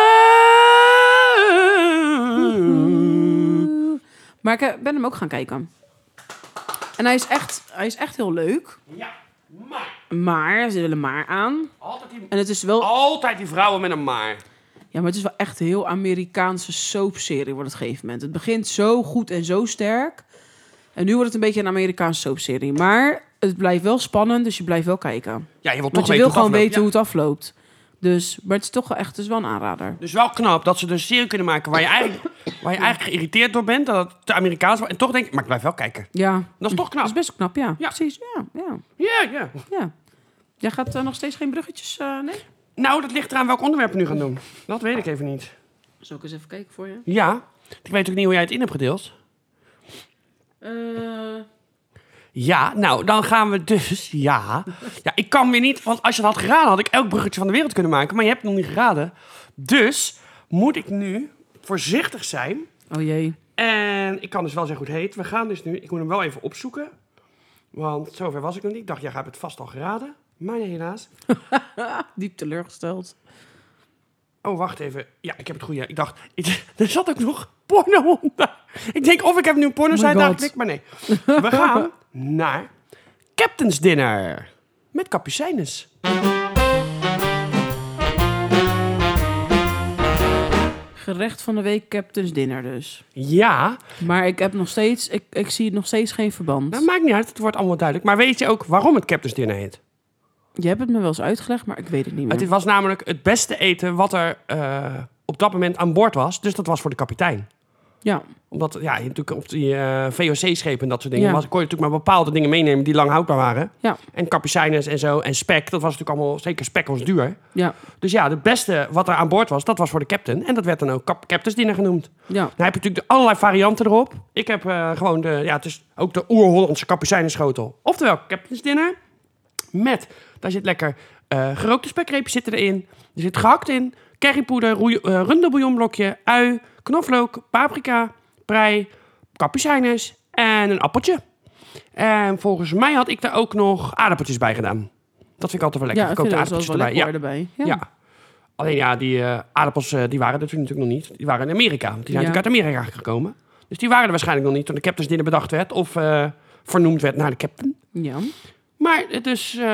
Maar ik ben hem ook gaan kijken. En hij is echt, hij is echt heel leuk. Ja, maar... Maar, ze willen maar aan. Altijd die, en het is wel... altijd die vrouwen met een maar. Ja, maar het is wel echt een heel Amerikaanse soapserie wordt het op een gegeven moment. Het begint zo goed en zo sterk. En nu wordt het een beetje een Amerikaanse soapserie. Maar het blijft wel spannend, dus je blijft wel kijken. Ja, je wil toch Want je weten wil gewoon weten ja. hoe het afloopt. Dus, maar het is toch wel echt, het is wel een aanrader. Dus wel knap dat ze dus een serie kunnen maken waar je eigenlijk, waar je eigenlijk geïrriteerd door bent. Dat het te Amerikaans wordt. En toch denk ik, maar ik blijf wel kijken. Ja. Dat is toch knap. Dat is best wel knap, ja. ja. Precies, ja. Ja, ja. ja. ja. Jij gaat uh, nog steeds geen bruggetjes, uh, nee? Nou, dat ligt eraan welk onderwerp we nu gaan doen. Dat weet ik even niet. Zal ik eens even kijken voor je? Ja. Ik weet ook niet hoe jij het in hebt gedeeld. Uh... Ja, nou, dan gaan we dus... Ja. Ja, ik kan weer niet... Want als je het had geraden, had ik elk bruggetje van de wereld kunnen maken. Maar je hebt het nog niet geraden. Dus moet ik nu voorzichtig zijn. Oh jee. En ik kan dus wel zeggen hoe het heet. We gaan dus nu... Ik moet hem wel even opzoeken. Want zover was ik nog niet. Ik dacht, jij gaat het vast al geraden. Maar nee, helaas. Diep teleurgesteld. Oh, wacht even. Ja, ik heb het goede. Ik dacht, ik, er zat ook nog porno onder. Ik denk, of ik heb nu een porno-site aangeklikt, maar nee. We gaan naar Captain's Dinner. Met Capucinus. Gerecht van de week, Captain's Dinner dus. Ja. Maar ik heb nog steeds, ik, ik zie nog steeds geen verband. Dat maakt niet uit, het wordt allemaal duidelijk. Maar weet je ook waarom het Captain's Dinner heet? Je hebt het me wel eens uitgelegd, maar ik weet het niet meer. Het was namelijk het beste eten wat er uh, op dat moment aan boord was. Dus dat was voor de kapitein. Ja. Omdat, ja, je natuurlijk op die uh, V O C-schepen en dat soort dingen... Ja. Was, kon je natuurlijk maar bepaalde dingen meenemen die lang houdbaar waren. Ja. En kapucijnes en zo. En spek, dat was natuurlijk allemaal... Zeker spek was duur. Ja. Dus ja, het beste wat er aan boord was, dat was voor de captain. En dat werd dan ook cap- captain's dinner genoemd. Ja. Dan heb je natuurlijk de allerlei varianten erop. Ik heb uh, gewoon de... Ja, het is ook de oer-Hollandse kapucijnenschotel. Oftewel, captain's dinner. Met, daar zit lekker uh, gerookte spekreepjes zitten erin. Er zit gehakt in. Currypoeder, roei, uh, runderbouillonblokje, ui, knoflook, paprika, prei, kapucijnes en een appeltje. En volgens mij had ik daar ook nog aardappeltjes bij gedaan. Dat vind ik altijd wel lekker. Ja, ik gekookte vind dat aardappeltjes wel erbij. lekker Ja. erbij. Ja. ja. Alleen ja, die uh, aardappels uh, die waren er toen natuurlijk nog niet. Die waren in Amerika. Want die zijn Ja. natuurlijk uit Amerika gekomen. Dus die waren er waarschijnlijk nog niet toen de captain's dinner bedacht werd. Of uh, vernoemd werd naar de captain. Ja. Maar dus... Uh,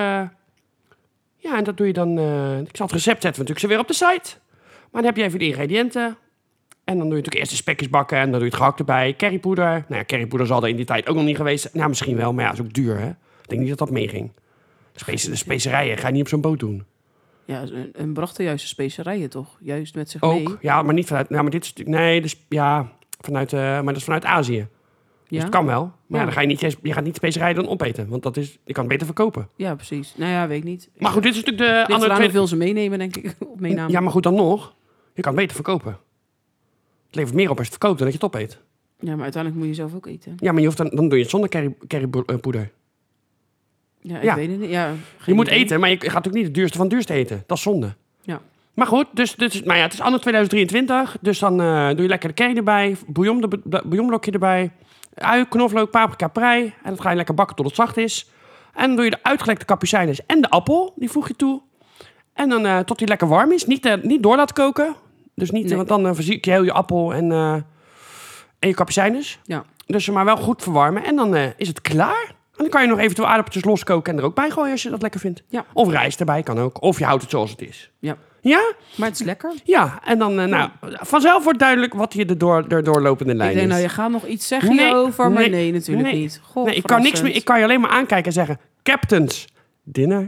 ja, en dat doe je dan... Uh, ik zal het recept zetten natuurlijk zo weer op de site. Maar dan heb je even de ingrediënten. En dan doe je natuurlijk eerst de spekjes bakken. En dan doe je het gehakt erbij. Currypoeder. Nou ja, currypoeder zal er in die tijd ook nog niet geweest zijn. Nou, misschien wel. Maar ja, dat is ook duur, hè. Ik denk niet dat dat meeging. De, spece- de specerijen ga je niet op zo'n boot doen. Ja, en brachten juist de specerijen toch? Juist met zich Ook. mee. Ja, maar niet vanuit... Nou, maar dit is natuurlijk... Nee, dus, ja, vanuit, uh, maar dat is vanuit Azië. Dus Ja? het kan wel. Maar ja. Ja. dan ga je niet... Je gaat niet de specerijen dan opeten. Want dat is... Je kan het beter verkopen. Ja, precies. Nou ja, weet ik niet. Maar goed, dit is natuurlijk de Ligt andere... eraan twee- hoeveel ze meenemen, denk ik. Op meenamen. Ja, maar goed, dan nog. Je kan het beter verkopen. Het levert meer op als je het verkoopt dan dat je het opeet. Ja, maar uiteindelijk moet je zelf ook eten. Ja, maar je hoeft dan, dan doe je het zonder curry, currypoeder. Ja, ik Ja. weet het niet. Ja, Je geen moet idee. eten, maar je gaat natuurlijk niet het duurste van het duurste eten. Dat is zonde. Ja. Maar goed, dus, dus, maar ja, het is anno tweeduizend drieëntwintig. Dus dan uh, doe je lekker de curry erbij. Bouillon, de, de, bouillonblokje erbij. Ui, knoflook, paprika, prei. En dat ga je lekker bakken tot het zacht is. En dan doe je de uitgelekte kapucijnes en de appel. Die voeg je toe. En dan uh, tot die lekker warm is. Niet, uh, niet door laten koken. Dus niet, Nee. want dan uh, verziek je heel je appel en, uh, en je kapucijnes. Ja. Dus maar wel goed verwarmen. En dan uh, is het klaar. En dan kan je nog eventueel aardappeltjes loskoken en er ook bij gooien als je dat lekker vindt. Ja. Of rijst erbij kan ook. Of je houdt het zoals het is. Ja. Ja? Maar het is lekker. Ja. En dan, uh, nou, vanzelf wordt duidelijk wat hier de, door, de doorlopende lijn Ik denk, is. nou, je gaat nog iets zeggen Nee, hierover, maar nee, nee, natuurlijk nee. niet. Goh, nee, ik kan niks meer. verrassend. Ik kan je alleen maar aankijken en zeggen: Captain's dinner.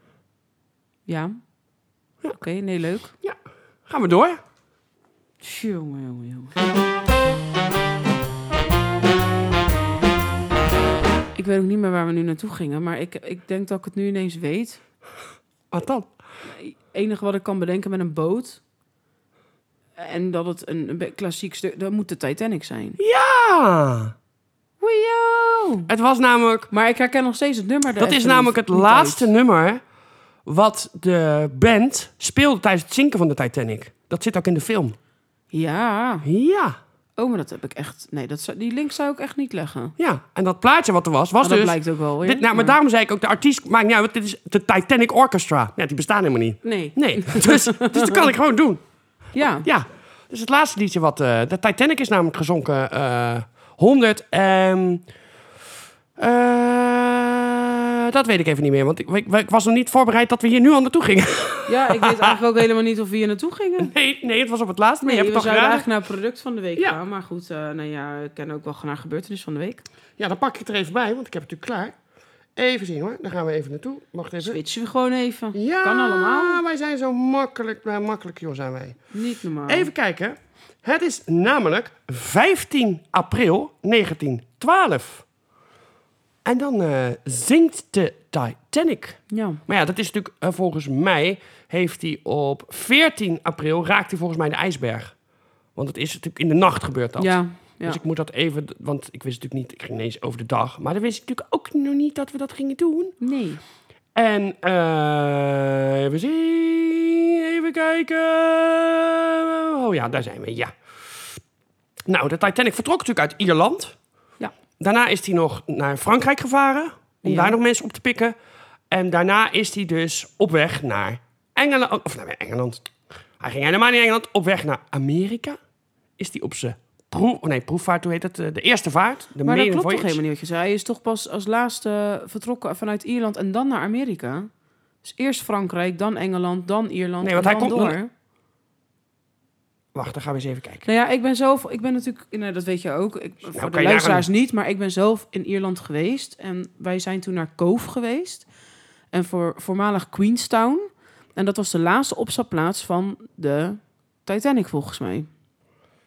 Ja. Ja. Oké, nee, leuk. Ja. Gaan we door? Jongen, jongen, jongen. Ik weet ook niet meer waar we nu naartoe gingen, maar ik, ik denk dat ik het nu ineens weet. Wat dan? Het enige wat ik kan bedenken met een boot. En dat het een, een be- klassiek stuk... Dat moet de Titanic zijn. Ja! Wee-yo! Het was namelijk... Maar ik herken nog steeds het nummer. Dat is namelijk het laatste nummer wat de band speelde tijdens het zinken van de Titanic. Dat zit ook in de film. Ja. Ja. Oh, maar dat heb ik echt... Nee, dat zou, die link zou ik echt niet leggen. Ja. En dat plaatje wat er was, was Maar dat dus... blijkt ook wel weer. Dit, nou, maar daarom zei ik ook, de artiest maakt niet uit, want dit is de Titanic Orchestra. Ja, die bestaan helemaal niet. Nee. Nee, dus, dus dat kan ik gewoon doen. Ja. Ja, dus het laatste liedje wat... Uh, de Titanic is namelijk gezonken uh, honderd en... Uh, dat weet ik even niet meer, want ik, ik, ik was nog niet voorbereid dat we hier nu aan naartoe gingen. Ja, ik weet eigenlijk ook helemaal niet of we hier naartoe gingen. Nee, nee, het was op het laatste, maar Nee, je hebt we het toch zouden geraden. eigenlijk naar product van de week Ja. gaan. Maar goed, uh, nou ja, ik ken ook wel naar gebeurtenis van de week. Ja, dan pak ik het er even bij, want ik heb het natuurlijk klaar. Even zien hoor, daar gaan we even naartoe. Wacht even. Switchen we gewoon even. Ja, Kan allemaal. wij zijn zo makkelijk, uh, makkelijk joh zijn wij. Niet normaal. Even kijken. Het is namelijk vijftien april negentien twaalf. En dan uh, zinkt de Titanic. Ja. Maar ja, dat is natuurlijk uh, volgens mij... heeft hij op veertien april... raakt hij volgens mij de ijsberg. Want het is natuurlijk in de nacht gebeurd dat. Ja. Ja. Dus ik moet dat even... Want ik wist natuurlijk niet... Ik ging ineens over de dag. Maar dan wist ik natuurlijk ook nog niet dat we dat gingen doen. Nee. En uh, even zien... Even kijken... Oh ja, daar zijn we. Ja. Nou, de Titanic vertrok natuurlijk uit Ierland. Ja. Daarna is hij nog naar Frankrijk gevaren. Om Ja. daar nog mensen op te pikken. En daarna is hij dus op weg naar Engeland. Of naar Engeland. Hij ging helemaal niet naar Engeland. Op weg naar Amerika. Is hij op zijn proef... Nee, proefvaart, hoe heet het? De eerste vaart. De Maar dat maiden klopt toch voyage. helemaal niet wat je zei. Hij is toch pas als laatste vertrokken vanuit Ierland en dan naar Amerika. Dus eerst Frankrijk, dan Engeland, dan Ierland Nee, want en hij dan komt door. nog- Wacht, dan gaan we eens even kijken. Nou ja, ik ben zelf... Ik ben natuurlijk... Nou, dat weet je ook. Ik, voor kan de je luisteraars niet, maar ik ben zelf in Ierland geweest. En wij zijn toen naar Cove geweest. En voor voormalig Queenstown. En dat was de laatste opstapplaats van de Titanic, volgens mij.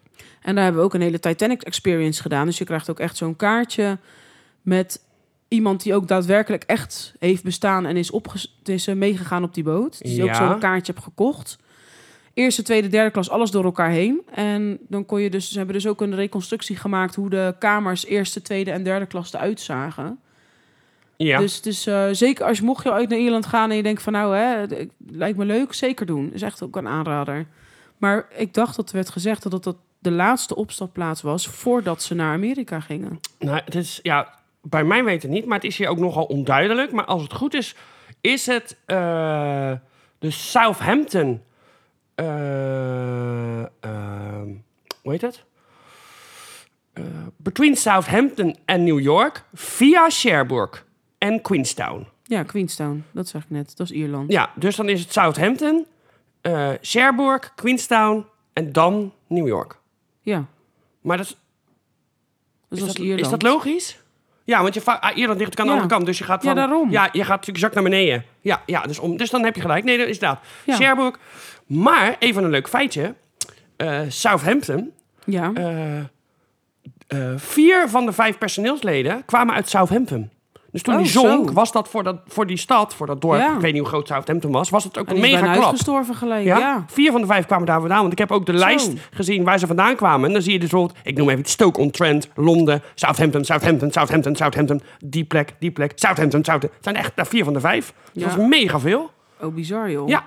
En daar hebben we ook een hele Titanic experience gedaan. Dus je krijgt ook echt zo'n kaartje met iemand die ook daadwerkelijk echt heeft bestaan en is, opges- is uh, meegegaan op die boot. Dus die Ja. ook zo'n kaartje hebt gekocht. Eerste, tweede, derde klas, alles door elkaar heen. En dan kon je dus, ze hebben dus ook een reconstructie gemaakt hoe de kamers eerste, tweede en derde klas eruit zagen. Ja. Dus, dus uh, zeker als je mocht je uit naar Ierland gaan en je denkt van nou, hè, het lijkt me leuk, zeker doen. Is echt ook een aanrader. Maar ik dacht dat er werd gezegd dat dat de laatste opstapplaats was voordat ze naar Amerika gingen. Nou, het is, ja, bij mij weet het niet, maar het is hier ook nogal onduidelijk. Maar als het goed is, is het uh, de Southampton... Uh, uh, hoe heet het? Uh, between Southampton en New York via Cherbourg en Queenstown. Ja, Queenstown, dat zeg ik net. Dat is Ierland. Ja, dus dan is het Southampton, uh, Cherbourg, Queenstown en dan New York. Ja. Maar dat is... Dus is, dat dat, is, is dat logisch? Ja, want je va- ah, Ierland ligt aan de Ja. andere kant, dus je gaat van... Ja, daarom. Ja, je gaat natuurlijk zak naar beneden. Ja, ja dus, om, dus dan heb je gelijk. Nee, dat is dat. Ja. Cherbourg. Maar, even een leuk feitje. Uh, Southampton. Ja. Uh, uh, vier van de vijf personeelsleden kwamen uit Southampton. Dus toen Oh, die zong, zo. was dat voor, dat voor die stad, voor dat dorp... Ja. Ik weet niet hoe groot Southampton was, was het ook En een die is mega bijna klap. uitgestorven gelijk. Ja? Ja. Vier van de vijf kwamen daar vandaan. Want ik heb ook de Zo. lijst gezien waar ze vandaan kwamen. En dan zie je dus bijvoorbeeld... Ik noem even Stoke-on-Trent, Londen, Southampton, Southampton, Southampton, Southampton. Die plek, die plek, Southampton, Southampton. Het zijn echt daar vier van de vijf. Dat Ja. was mega veel. Oh, bizar joh. Ja.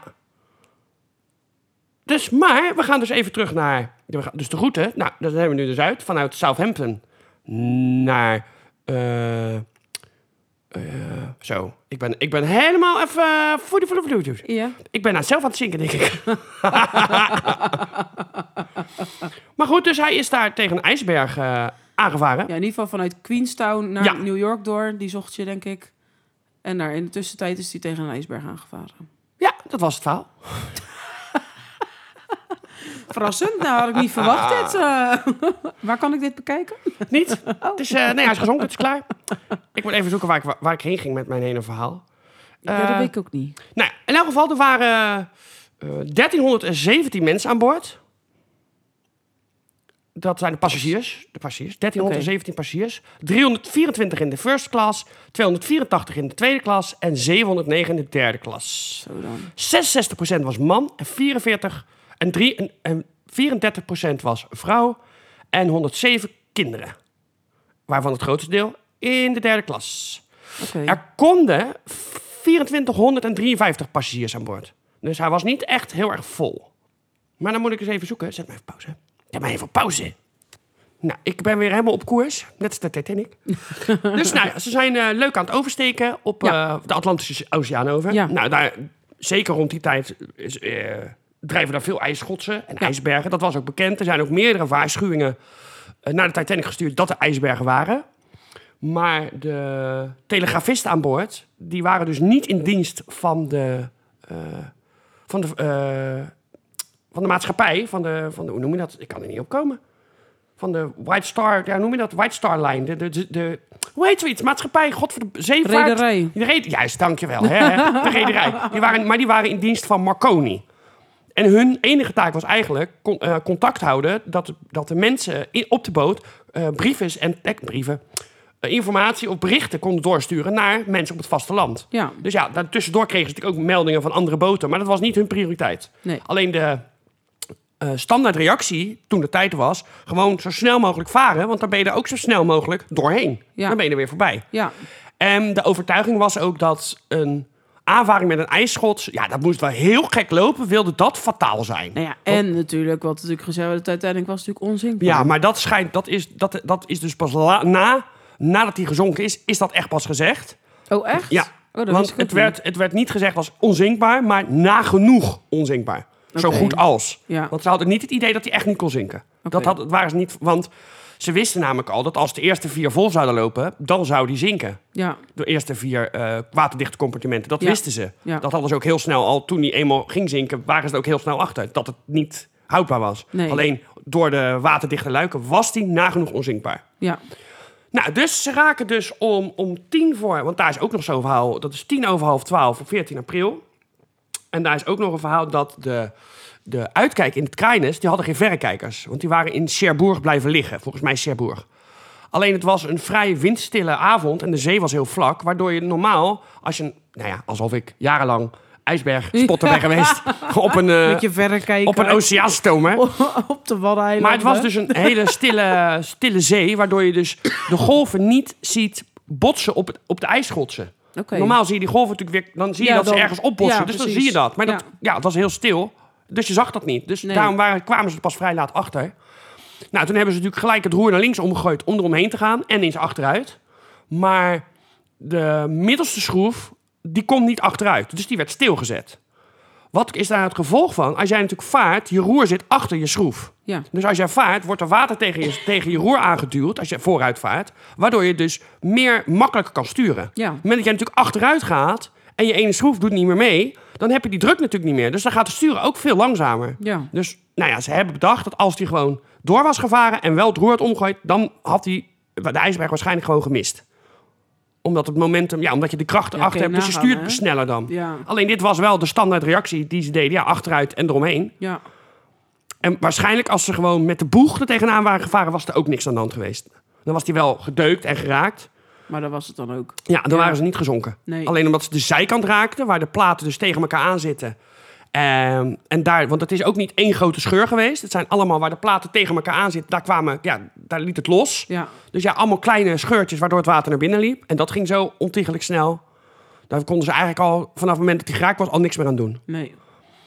Dus, maar we gaan dus even terug naar... we gaan- Dus de route, nou, dat hebben we nu dus uit. Vanuit Southampton naar... eh, eh, zo, ik ben, ik ben helemaal even... Uh, voedie, voedie, voedie, voedie. Ja. Ik ben nou zelf aan het zinken, denk ik. Maar goed, dus hij is daar tegen een ijsberg uh, aangevaren. Ja, in ieder geval vanuit Queenstown naar Ja. New York door. Die zocht je, denk ik. En daar in de tussentijd is hij tegen een ijsberg aangevaren. Ja, dat was het verhaal. Verrassend, nou had ik niet verwacht dit. Uh, waar kan ik dit bekijken? Niet? Het is, uh, nee, hij is gezonken, het is klaar. Ik moet even zoeken waar ik, waar ik heen ging met mijn hele verhaal. ja, dat Uh, weet ik ook niet. Nou, in elk geval, er waren uh, dertienhonderdzeventien mensen aan boord. Dat zijn de passagiers. De passagiers. dertienhonderdzeventien okay. passagiers. driehonderdvierentwintig in de first class. tweehonderdvierentachtig in de tweede klas. En zevenhonderdnegen in de derde klas. Zo dan. zesenzestig procent was man. En, vierenveertig, en, drie, en, en vierendertig procent was vrouw. En honderdzeven kinderen. Waarvan het grootste deel in de derde klas. Okay. Er konden vierentwintighonderddrieënvijftig passagiers aan boord. Dus hij was niet echt heel erg vol. Maar dan moet ik eens even zoeken. Zet maar even pauze. Zet maar even op pauze. Nou, ik ben weer helemaal op koers. Net als de Titanic. Dus nou ja, ze zijn uh, leuk aan het oversteken op Ja. uh, de Atlantische Oceaan over. Ja. Nou, daar, zeker rond die tijd is, uh, drijven daar veel ijsschotsen en Ja. ijsbergen. Dat was ook bekend. Er zijn ook meerdere waarschuwingen uh, naar de Titanic gestuurd dat er ijsbergen waren. Maar de telegrafisten aan boord, die waren dus niet in dienst van de, uh, van de, uh, van de maatschappij, van de, van de, hoe noem je dat? Ik kan er niet op komen. Van de White Star, ja, hoe noem je dat? White Star Line. De, de, de, de, hoe heet zoiets? Maatschappij, god voor de zeevaart. Rederij. De red, juist, dankjewel. Hè, hè? De rederij. Die waren, maar die waren in dienst van Marconi. En hun enige taak was eigenlijk con, uh, contact houden dat, dat de mensen in, op de boot uh, brieven en eh, brieven, uh, informatie of berichten konden doorsturen naar mensen op het vasteland. Ja. Dus ja, daartussendoor kregen ze natuurlijk ook meldingen van andere boten, maar dat was niet hun prioriteit. Nee. Alleen de uh, standaardreactie, toen de tijd was, gewoon zo snel mogelijk varen, want dan ben je er ook zo snel mogelijk doorheen. Ja. Dan ben je er weer voorbij. Ja. En de overtuiging was ook dat een aanvaring met een ijsschot, ja, dat moest wel heel gek lopen, wilde dat fataal zijn. Nou ja, en natuurlijk, wat natuurlijk gezegd werd, uiteindelijk was het natuurlijk onzinkbaar. Ja, maar dat schijnt, dat is, dat, dat is dus pas la, na, nadat hij gezonken is, is dat echt pas gezegd. Oh, echt? Ja, Oh, dat want wist ik ook het werd, het werd niet gezegd als onzinkbaar, maar nagenoeg onzinkbaar. Zo Oké. goed als. Ja. Want ze hadden niet het idee dat hij echt niet kon zinken. Oké. Dat had, waren ze niet, want ze wisten namelijk al dat als de eerste vier vol zouden lopen, dan zou die zinken. Ja. De eerste vier uh, waterdichte compartimenten, dat Ja. wisten ze. Ja. Dat hadden ze ook heel snel al, toen hij eenmaal ging zinken, waren ze er ook heel snel achter. Dat het niet houdbaar was. Nee. Alleen door de waterdichte luiken was die nagenoeg onzinkbaar. Ja. Nou, dus ze raken dus om, om tien voor... Want daar is ook nog zo'n verhaal. Dat is tien over half twaalf op veertien april. En daar is ook nog een verhaal dat de de uitkijk in het kraainest, die hadden geen verrekijkers. Want die waren in Cherbourg blijven liggen. Volgens mij Cherbourg. Alleen het was een vrij windstille avond en de zee was heel vlak. Waardoor je normaal, als je, nou ja, alsof ik jarenlang ijsbergspotter ben geweest. op een, uh, Met je verrekijker. op een oceaanstomer. Op de Waddeneilanden. Maar het was dus een hele stille, stille zee. Waardoor je dus de golven niet ziet botsen op, het, op de ijsschotsen. Okay. Normaal zie je die golven natuurlijk weer, dan zie je Ja, dat dan, ze ergens opbotsen. ja, dus precies. dan zie je dat. Maar dat, ja. ja, het was heel stil. Dus je zag dat niet. Dus Nee. daarom waren, kwamen ze er pas vrij laat achter. Nou, toen hebben ze natuurlijk gelijk het roer naar links omgegooid om eromheen te gaan. En eens achteruit. Maar de middelste schroef, die kon niet achteruit. Dus die werd stilgezet. Wat is daar het gevolg van? Als jij natuurlijk vaart, je roer zit achter je schroef. Ja. Dus als jij vaart, wordt er water tegen je, tegen je roer aangeduwd als je vooruit vaart. Waardoor je dus meer makkelijker kan sturen. Ja. Op het moment dat jij natuurlijk achteruit gaat en je ene schroef doet niet meer mee, dan heb je die druk natuurlijk niet meer. Dus dan gaat het sturen ook veel langzamer. Ja. Dus nou ja, ze hebben bedacht dat als die gewoon door was gevaren en wel het roer had omgegooid, dan had hij de ijsberg waarschijnlijk gewoon gemist. Omdat het momentum, ja, omdat je de kracht Ja, erachter kun je hebt, dus je nagaan, stuurt hè? sneller dan. Ja. Alleen dit was wel de standaardreactie die ze deden, ja, achteruit en eromheen. Ja. En waarschijnlijk als ze gewoon met de boeg er tegenaan waren gevaren, was er ook niks aan de hand geweest. Dan was die wel gedeukt en geraakt. Maar dat was het dan ook. Ja, dan Ja. waren ze niet gezonken. Nee. Alleen omdat ze de zijkant raakten, waar de platen dus tegen elkaar aan zitten. En, en daar, want het is ook niet één grote scheur geweest. Het zijn allemaal waar de platen tegen elkaar aan zitten. Daar kwamen, ja, daar liet het los. Ja. Dus ja, allemaal kleine scheurtjes waardoor het water naar binnen liep. En dat ging zo ontiegelijk snel. Daar konden ze eigenlijk al, vanaf het moment dat hij geraakt was, al niks meer aan doen. Nee.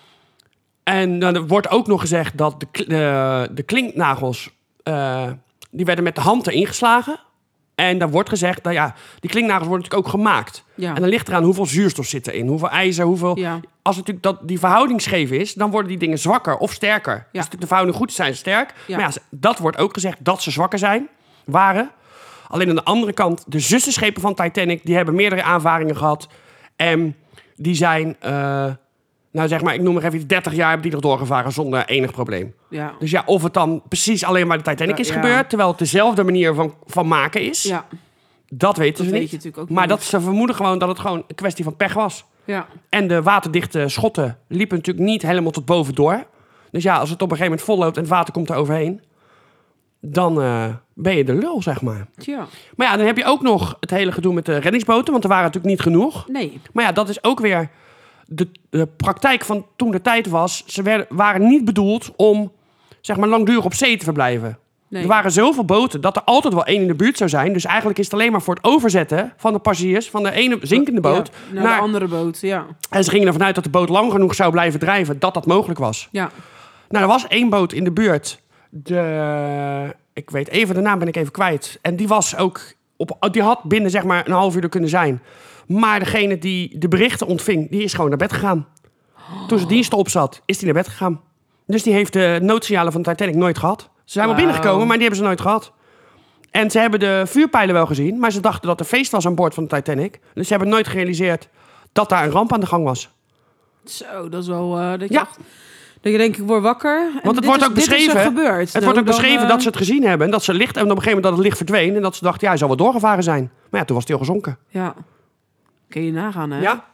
En dan wordt ook nog gezegd dat de, kl- de, de klinknagels, uh, die werden met de hand erin geslagen. En dan wordt gezegd, dat ja, die klinknagels worden natuurlijk ook gemaakt. Ja. En dan ligt eraan hoeveel zuurstof zit erin, hoeveel ijzer, hoeveel... Ja. Als het natuurlijk dat die verhouding scheef is, dan worden die dingen zwakker of sterker. Als natuurlijk de verhouding goed is, zijn ze sterk. Ja. Maar ja, ze- dat wordt ook gezegd dat ze zwakker zijn, waren. Alleen aan de andere kant, de zussenschepen van Titanic, die hebben meerdere aanvaringen gehad. En die zijn, uh, nou zeg maar, ik noem maar even iets, dertig jaar hebben die er doorgevaren zonder enig probleem. Ja. Dus ja, of het dan precies alleen maar de Titanic Ja, is ja. gebeurd, terwijl het dezelfde manier van, van maken is, Ja. dat weten Dat ze weet niet. je natuurlijk ook maar niet. dat ze vermoeden gewoon dat het gewoon een kwestie van pech was. Ja. En de waterdichte schotten liepen natuurlijk niet helemaal tot boven door. Dus ja, als het op een gegeven moment volloopt en het water komt er overheen, dan uh, ben je de lul, zeg maar. Tja. Maar ja, dan heb je ook nog het hele gedoe met de reddingsboten, want er waren natuurlijk niet genoeg. Nee. Maar ja, dat is ook weer de, de praktijk van toen de tijd was. Ze werden, waren niet bedoeld om, zeg maar, langdurig op zee te verblijven. Nee. Er waren zoveel boten dat er altijd wel één in de buurt zou zijn. Dus eigenlijk is het alleen maar voor het overzetten van de passagiers van de ene zinkende boot Ja, naar, naar... de andere boot, ja. En ze gingen ervan uit dat de boot lang genoeg zou blijven drijven, dat dat mogelijk was. Ja. Nou, er was één boot in de buurt. De, ik weet even, de naam ben ik even kwijt. En die was ook, op, die had binnen zeg maar een half uur er kunnen zijn. Maar degene die de berichten ontving, die is gewoon naar bed gegaan. Toen zijn dienst op zat, is die naar bed gegaan. Dus die heeft de noodsignalen van de Titanic nooit gehad. Ze zijn wel Wauw. binnengekomen, maar die hebben ze nooit gehad. En ze hebben de vuurpijlen wel gezien, maar ze dachten dat er feest was aan boord van de Titanic. Dus ze hebben nooit gerealiseerd dat daar een ramp aan de gang was. Zo, dat is wel... Uh, dat je Ja. echt- dat je denkt, ik word wakker. En Want het dit wordt is, ook dit is er beschreven. gebeurd. Het Nou, wordt ook dan, beschreven uh, dat ze het gezien hebben en dat ze licht en op een gegeven moment dat het licht verdween en dat ze dachten, ja, hij zal wel doorgevaren zijn. Maar ja, toen was hij al gezonken. Ja. Kun je nagaan, hè? Ja,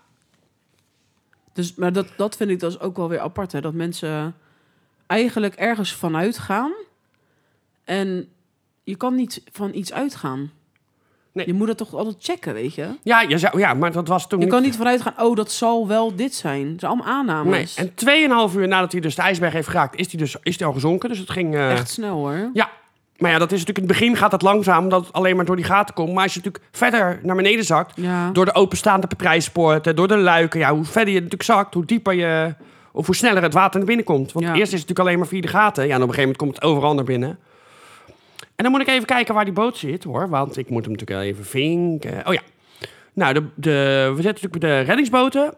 Dus, maar dat, dat vind ik dus ook wel weer apart, hè. Dat mensen eigenlijk ergens vanuit gaan. En je kan niet van iets uitgaan. Nee. Je moet dat toch altijd checken, weet je? ja, je zou, ja, maar dat was toen Je niet... kan niet vanuit gaan, oh, dat zal wel dit zijn. Het zijn allemaal Nee, aannames. en tweeënhalf uur nadat hij dus de ijsberg heeft geraakt, is hij dus is hij al gezonken. Dus het ging... eh, Echt snel, hoor. Ja, maar ja, dat is natuurlijk in het begin gaat het langzaam, omdat het alleen maar door die gaten komt. Maar als je natuurlijk verder naar beneden zakt, Ja. door de openstaande patrijspoorten, door de luiken, ja, hoe verder je natuurlijk zakt, hoe dieper je, of hoe sneller het water naar binnen komt. Want Ja. eerst is het natuurlijk alleen maar via de gaten. Ja, en op een gegeven moment komt het overal naar binnen. En dan moet ik even kijken waar die boot zit, hoor. Want ik moet hem natuurlijk wel even vinken. Oh ja. Nou, de, de, we zitten natuurlijk bij de reddingsboten.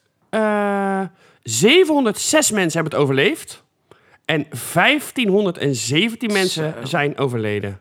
Eh zevenhonderdzes mensen hebben het overleefd. En vijftienhonderdzeventien mensen Zo. zijn overleden.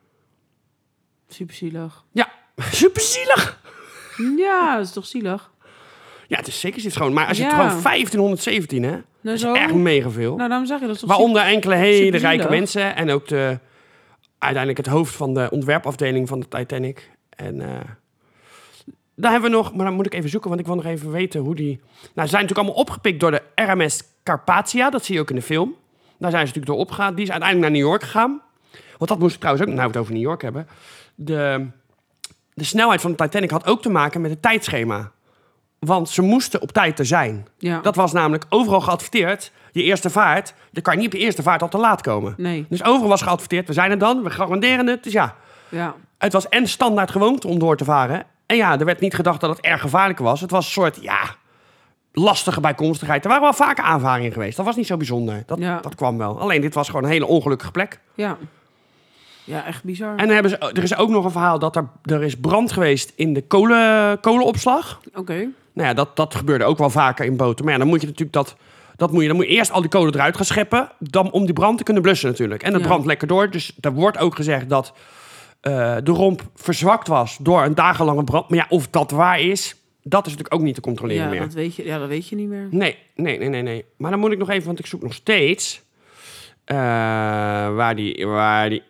Super zielig. Ja, super zielig. Ja, dat is toch zielig? Ja, het is zeker niet schoon. Maar als je Ja. het gewoon vijftienhonderdzeventien, hè? Nou, Dat is zo. echt mega veel. Nou, daarom zeg je dat is toch Waaronder enkele hele superzielig. rijke mensen. En ook de, uiteindelijk het hoofd van de ontwerpafdeling van de Titanic. En uh, daar hebben we nog... Maar dan moet ik even zoeken, want ik wil nog even weten hoe die... Nou, ze zijn natuurlijk allemaal opgepikt door de R M S Carpathia. Dat zie je ook in de film. Daar zijn ze natuurlijk door opgegaan. Die is uiteindelijk naar New York gegaan. Want dat moest ik trouwens ook... Nou, we het over New York hebben. De, de snelheid van de Titanic had ook te maken met het tijdschema. Want ze moesten op tijd er zijn. Ja. Dat was namelijk overal geadverteerd. Je eerste vaart, dan kan je niet op je eerste vaart al te laat komen. Nee. Dus overal was geadverteerd, we zijn er dan, we garanderen het. Dus ja, Ja. het was en standaard gewoonte om door te varen. En ja, er werd niet gedacht dat het erg gevaarlijk was. Het was een soort, ja, lastige bijkomstigheid. Er waren wel vaker aanvaringen geweest. Dat was niet zo bijzonder. Dat, Ja. dat kwam wel. Alleen dit was gewoon een hele ongelukkige plek. Ja. Ja, echt bizar. En dan hebben ze, er is ook nog een verhaal dat er, er is brand geweest in de kolen, kolenopslag. Oké. Okay. Nou ja, dat, dat gebeurde ook wel vaker in boten. Maar ja, dan moet je natuurlijk dat... dat moet je, dan moet je eerst al die kolen eruit gaan scheppen... Dan, om die brand te kunnen blussen natuurlijk. En dat Ja. brandt lekker door. Dus er wordt ook gezegd dat uh, de romp verzwakt was... door een dagenlange brand. Maar ja, of dat waar is... dat is natuurlijk ook niet te controleren Ja, meer. dat weet je, ja, dat weet je niet meer. Nee, nee, nee, nee, nee. Maar dan moet ik nog even... want ik zoek nog steeds... Uh, waar, die, waar die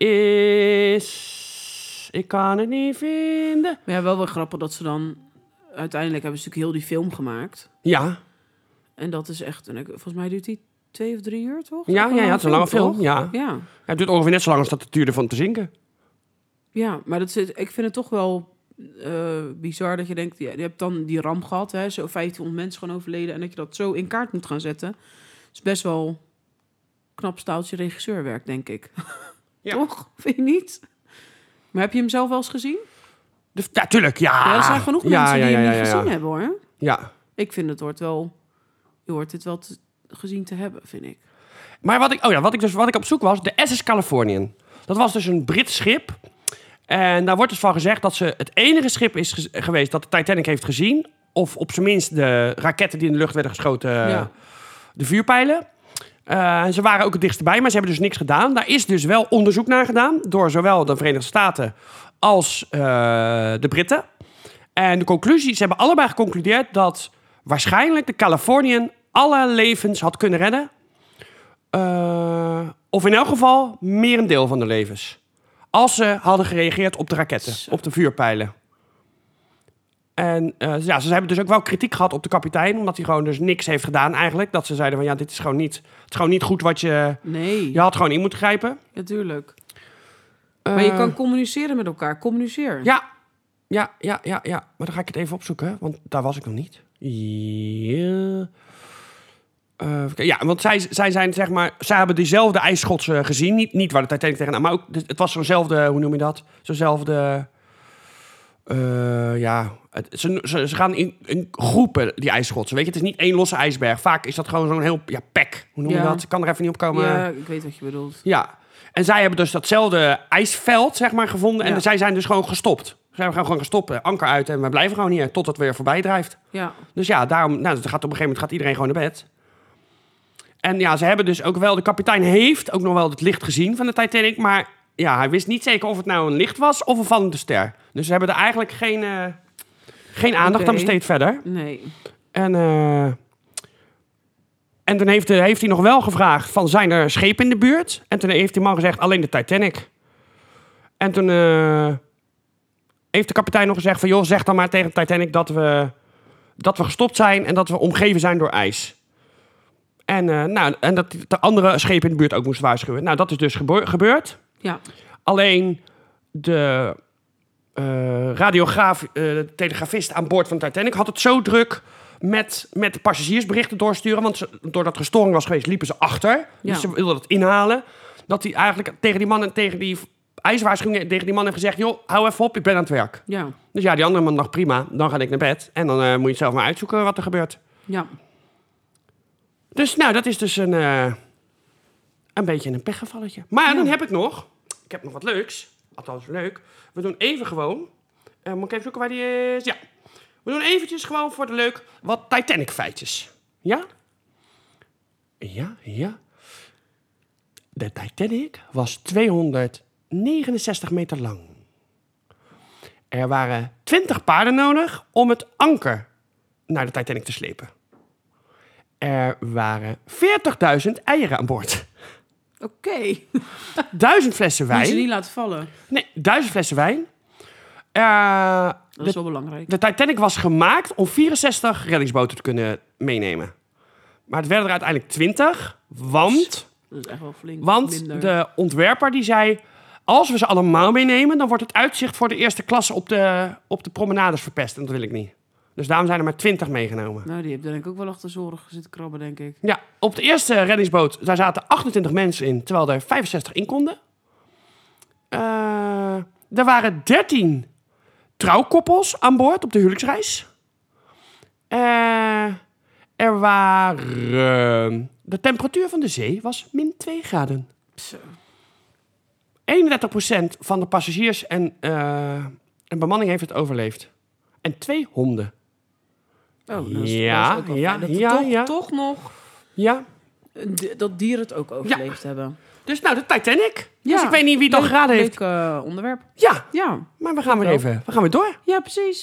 is... Ik kan het niet vinden. Maar ja, wel wel grappig dat ze dan... Uiteindelijk hebben ze natuurlijk heel die film gemaakt. Ja. En dat is echt... En ik, volgens mij duurt die twee of drie uur, toch? Ja, ja, ja, het is een lange film. toch? Ja. Ja. Ja, het duurt ongeveer net zo lang als dat het duurde van te zinken. Ja, maar dat zit, ik vind het toch wel uh, bizar dat je denkt... Ja, je hebt dan die ramp gehad, hè, zo vijftienhonderd mensen gewoon overleden... en dat je dat zo in kaart moet gaan zetten. is best wel knap staaltje regisseurwerk, denk ik. Ja. Toch? Vind je niet? Maar heb je hem zelf wel eens gezien? De, ja, tuurlijk, ja. Ja, er zijn genoeg ja, mensen ja, die ja, hem ja, niet ja, ja. gezien hebben, hoor. Ja. Ik vind het wordt wel... Je hoort dit wel te, gezien te hebben, vind ik. Maar wat ik, oh ja, wat ik dus wat ik op zoek was, de S S Californian. Dat was dus een Brits schip. En daar wordt dus van gezegd dat ze het enige schip is ge- geweest dat de Titanic heeft gezien. Of op zijn minst de raketten die in de lucht werden geschoten, Ja. de vuurpijlen. Uh, en ze waren ook het dichtst bij, maar ze hebben dus niks gedaan. Daar is dus wel onderzoek naar gedaan door zowel de Verenigde Staten als uh, de Britten. En de conclusie, ze hebben allebei geconcludeerd dat waarschijnlijk de Californian alle levens had kunnen redden. Uh, of in elk geval meer een deel van de levens. Als ze hadden gereageerd op de raketten, Zo. op de vuurpijlen. En uh, ja, ze hebben dus ook wel kritiek gehad op de kapitein, omdat hij gewoon dus niks heeft gedaan eigenlijk. Dat ze zeiden van ja, dit is gewoon niet, het is gewoon niet goed wat je... Nee, Je had gewoon in moeten grijpen. natuurlijk. Uh, Maar je kan communiceren met elkaar. Communiceer. Ja, ja, ja, ja, ja. Maar dan ga ik het even opzoeken, want daar was ik nog niet. Ja... Uh, ja, want zij, zij zijn zeg maar, zij hebben diezelfde ijsschotsen gezien, niet, niet waar de Titanic tegenaan, maar ook het was zo'nzelfde, hoe noem je dat? Zo'nzelfde, uh, ja, het, ze, ze, ze gaan in, in groepen die ijsschotsen. Weet je, het is niet één losse ijsberg. Vaak is dat gewoon zo'n heel, ja, pack. Hoe noem je Ja. dat? Ik kan er even niet op komen. Ja, ik weet wat je bedoelt. Ja. En zij hebben dus datzelfde ijsveld, zeg maar, gevonden. En Ja. zij zijn dus gewoon gestopt. Ze hebben gewoon gestopt, anker uit en we blijven gewoon hier tot het weer voorbij drijft. Ja, Dus ja, daarom, nou, het gaat op een gegeven moment gaat iedereen gewoon naar bed. En ja, ze hebben dus ook wel... De kapitein heeft ook nog wel het licht gezien van de Titanic. Maar ja, hij wist niet zeker of het nou een licht was of een vallende ster. Dus ze hebben er eigenlijk geen, uh, geen aandacht Oké. aan besteed verder. nee. En, uh, en toen heeft, uh, heeft hij nog wel gevraagd van, zijn er schepen in de buurt? En toen heeft die man gezegd, alleen de Titanic. En toen uh, heeft de kapitein nog gezegd van, joh, zeg dan maar tegen de Titanic dat we, dat we gestopt zijn en dat we omgeven zijn door ijs. En, uh, nou, en dat de andere schepen in de buurt ook moesten waarschuwen. Nou, dat is dus gebe- gebeurd. Ja, Alleen de uh, radiograaf, uh, de telegrafist aan boord van de Titanic had het zo druk met, met de passagiersberichten doorsturen. Want ze, doordat er storing was geweest, liepen ze achter. Ja. Dus ze wilden het inhalen. Dat hij eigenlijk tegen die man en tegen die ijswaarschuwing tegen die man heeft gezegd, joh, hou even op, ik ben aan het werk. ja, Dus ja, die andere man dacht, prima, dan ga ik naar bed. En dan uh, moet je zelf maar uitzoeken wat er gebeurt. ja. Dus nou, dat is dus een, uh, een beetje een pechgevalletje. Maar Ja. dan heb ik nog, ik heb nog wat leuks. Althans, leuk. We doen even gewoon, uh, moet ik even zoeken waar die is? Ja. We doen eventjes gewoon voor de leuk wat Titanic feitjes. Ja? Ja, ja. De Titanic was tweehonderdnegenenzestig meter lang. Er waren twintig paarden nodig om het anker naar de Titanic te slepen. Er waren veertigduizend eieren aan boord. Oké. Duizend flessen Moet je wijn. niet laten vallen. Nee, duizend flessen wijn. Uh, Dat de, is wel belangrijk. de Titanic was gemaakt om vierenzestig reddingsboten te kunnen meenemen. Maar het werden er uiteindelijk twintig, want... Dat is echt wel flink Want minder. de ontwerper die zei... Als we ze allemaal meenemen, dan wordt het uitzicht voor de eerste klasse op de, op de promenades verpest. En dat wil ik niet. Dus daarom zijn er maar twintig meegenomen. Nou, die heeft denk ik ook wel achter zorg zitten krabben, denk ik. Ja, op de eerste reddingsboot, daar zaten achtentwintig mensen in, terwijl er vijfenzestig in konden. Uh, er waren dertien trouwkoppels aan boord op de huwelijksreis. Uh, er waren... De temperatuur van de zee was min twee graden. Zo. eenendertig procent van de passagiers en, uh, en bemanning heeft het overleefd. En twee honden. Oh, nou, dat is, Ja, dat is ook wel ja, fijn. Dat ja, toch, ja. toch nog Ja. d- dat dieren het ook overleefd hebben. Dus nou, de Titanic. Ja, Dus ik weet niet wie het al leuk- geraden heeft. Leuk uh, onderwerp. Ja, Ja, maar we gaan weer Wel. even. We gaan weer door. ja, precies.